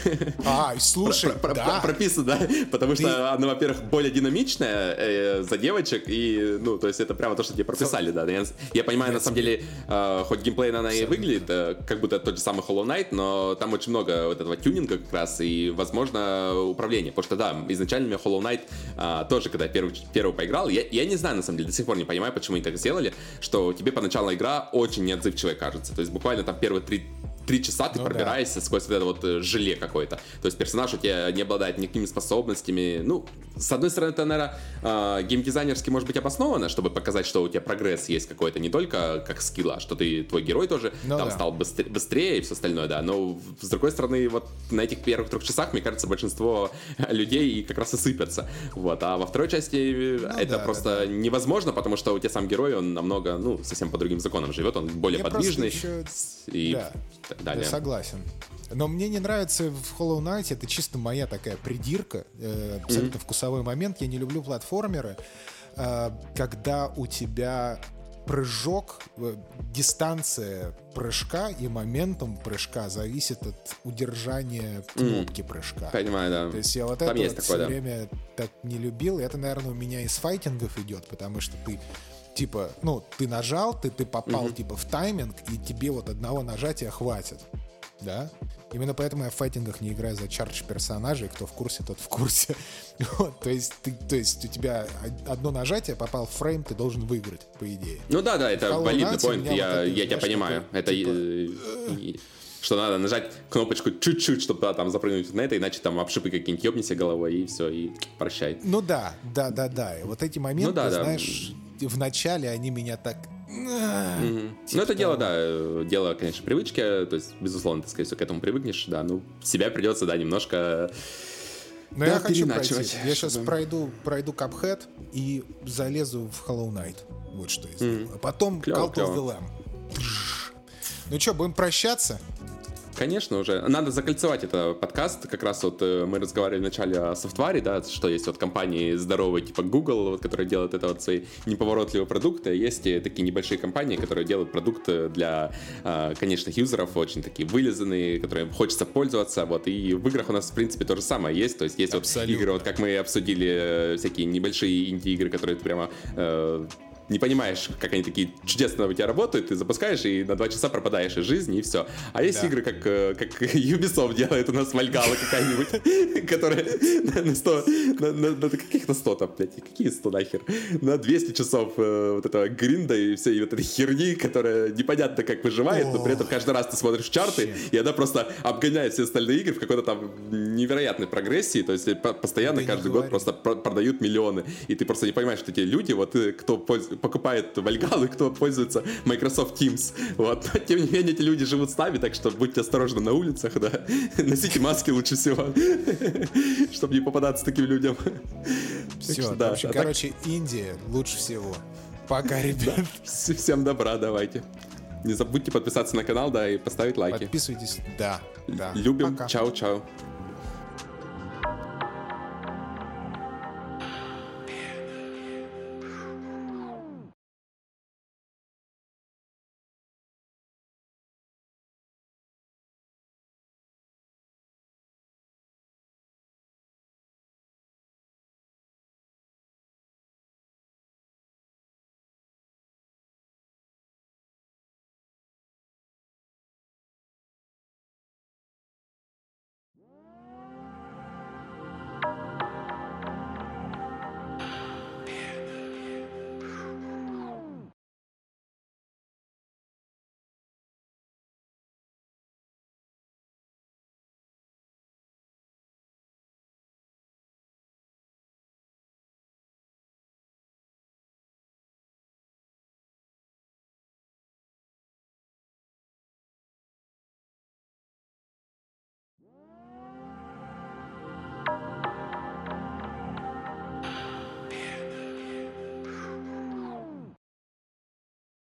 А, слушай, про, про, да. про, прописано, да? Потому Ты... что она, во-первых, более динамичная э, за девочек, и, ну, то есть это прямо то, что тебе прописали, so... да. Я, я понимаю, я на самом тебе... деле, э, хоть геймплейно она и выглядит, э, как будто это тот же самый Hollow Knight, но там очень много вот этого тюнинга как раз, и, возможно, управления. Потому что, да, изначально мне Hollow Knight э, тоже, когда я первый, первый поиграл, я, я не знаю, на самом деле, до сих пор не понимаю, почему они так сделали, что тебе поначалу игра очень неотзывчивая кажется. То есть буквально там первые три, три часа ты ну, пробираешься да. сквозь вот это вот желе какое-то. То есть персонаж у тебя не обладает никакими способностями. Ну, с одной стороны, это, наверное, э, геймдизайнерски может быть обосновано, чтобы показать, что у тебя прогресс есть какой-то, не только как скилла, что ты, твой герой тоже ну, там да. стал быстрее, быстрее и все остальное, да. Но, с другой стороны, вот на этих первых трех часах, мне кажется, большинство людей как раз и сыпятся. Вот. А во второй части ну, это да, просто да, да. невозможно, потому что у тебя сам герой, он намного, ну, совсем по другим законам живет, он более Я подвижный. Еще... И да. так далее. Я согласен. Но мне не нравится в Hollow Knight, это чисто моя такая придирка, э, абсолютно mm-hmm. вкусовой момент. Я не люблю платформеры, э, когда у тебя прыжок, э, дистанция прыжка и моментум прыжка зависит от удержания кнопки mm. прыжка. Понимаю, да. То есть я вот Там это вот такое, все да. время так не любил. И это, наверное, у меня из файтингов идет, потому что ты типа, ну, ты нажал, ты, ты попал mm-hmm. типа в тайминг, и тебе вот одного нажатия хватит. Да? Именно поэтому я в файтингах не играю за чардж персонажей. Кто в курсе, тот в курсе. Вот, то есть, ты, то есть у тебя одно нажатие, попал в фрейм, ты должен выиграть, по идее. Ну да, да, это валидный поинт, я, вот я тебя понимаю. Это типа... что надо нажать кнопочку чуть-чуть, чтобы да, там запрыгнуть на это, иначе там обшипы какие-нибудь ёбни себе головой, и все, и прощай. Ну да, да, да, да. И вот эти моменты, ну, да, знаешь, да. в начале они меня так... Mm-hmm. Типа ну, это дело, да, дело, конечно, привычки, то есть, безусловно, ты, скорее всего, к этому привыкнешь, да, ну, себя придется, да, немножко... Но да, я хочу пройти. Я сейчас пройду, пройду Cuphead и залезу в Hollow Knight. Вот что я сделаю. Mm-hmm. А потом Cult of the Lamb. Ну что, будем прощаться? Конечно, уже. Надо закольцевать этот подкаст. Как раз вот мы разговаривали вначале о софтваре, да, что есть вот компании здоровые, типа Google, вот, которые делают это вот свои неповоротливые продукты. Есть такие небольшие компании, которые делают продукты для конечных юзеров, очень такие вылизанные, которым хочется пользоваться. Вот. И в играх у нас, в принципе, то же самое есть. То есть есть Абсолютно. Вот игры, вот как мы обсудили, всякие небольшие инди-игры, которые ты прямо... Э, не понимаешь, как они такие чудесно у тебя работают, ты запускаешь и на два часа пропадаешь из жизни, и все. А есть да. игры, как, как Ubisoft делает у нас Вальгалла какая-нибудь, которая на сто, на, на, на каких-то сто там, блядь, какие сто нахер? На двести часов э, вот этого гринда и всей вот этой херни, которая непонятно как выживает, но при этом каждый раз ты смотришь чарты, и она просто обгоняет все остальные игры в какой-то там невероятной прогрессии, то есть постоянно каждый год просто продают миллионы, и ты просто не понимаешь, что эти люди, вот кто пользуется покупает Valhalla и кто пользуется Microsoft Teams. Вот. Но, тем не менее, эти люди живут с нами, так что будьте осторожны на улицах, да. Носите маски лучше всего, чтобы не попадаться таким людям. Все, что, да. в общем, а короче, так... Индия лучше всего. Пока, ребят. Да. Всем добра, давайте. Не забудьте подписаться на канал, да, и поставить лайки. Подписывайтесь, да. да. Любим. Пока. Чао-чао.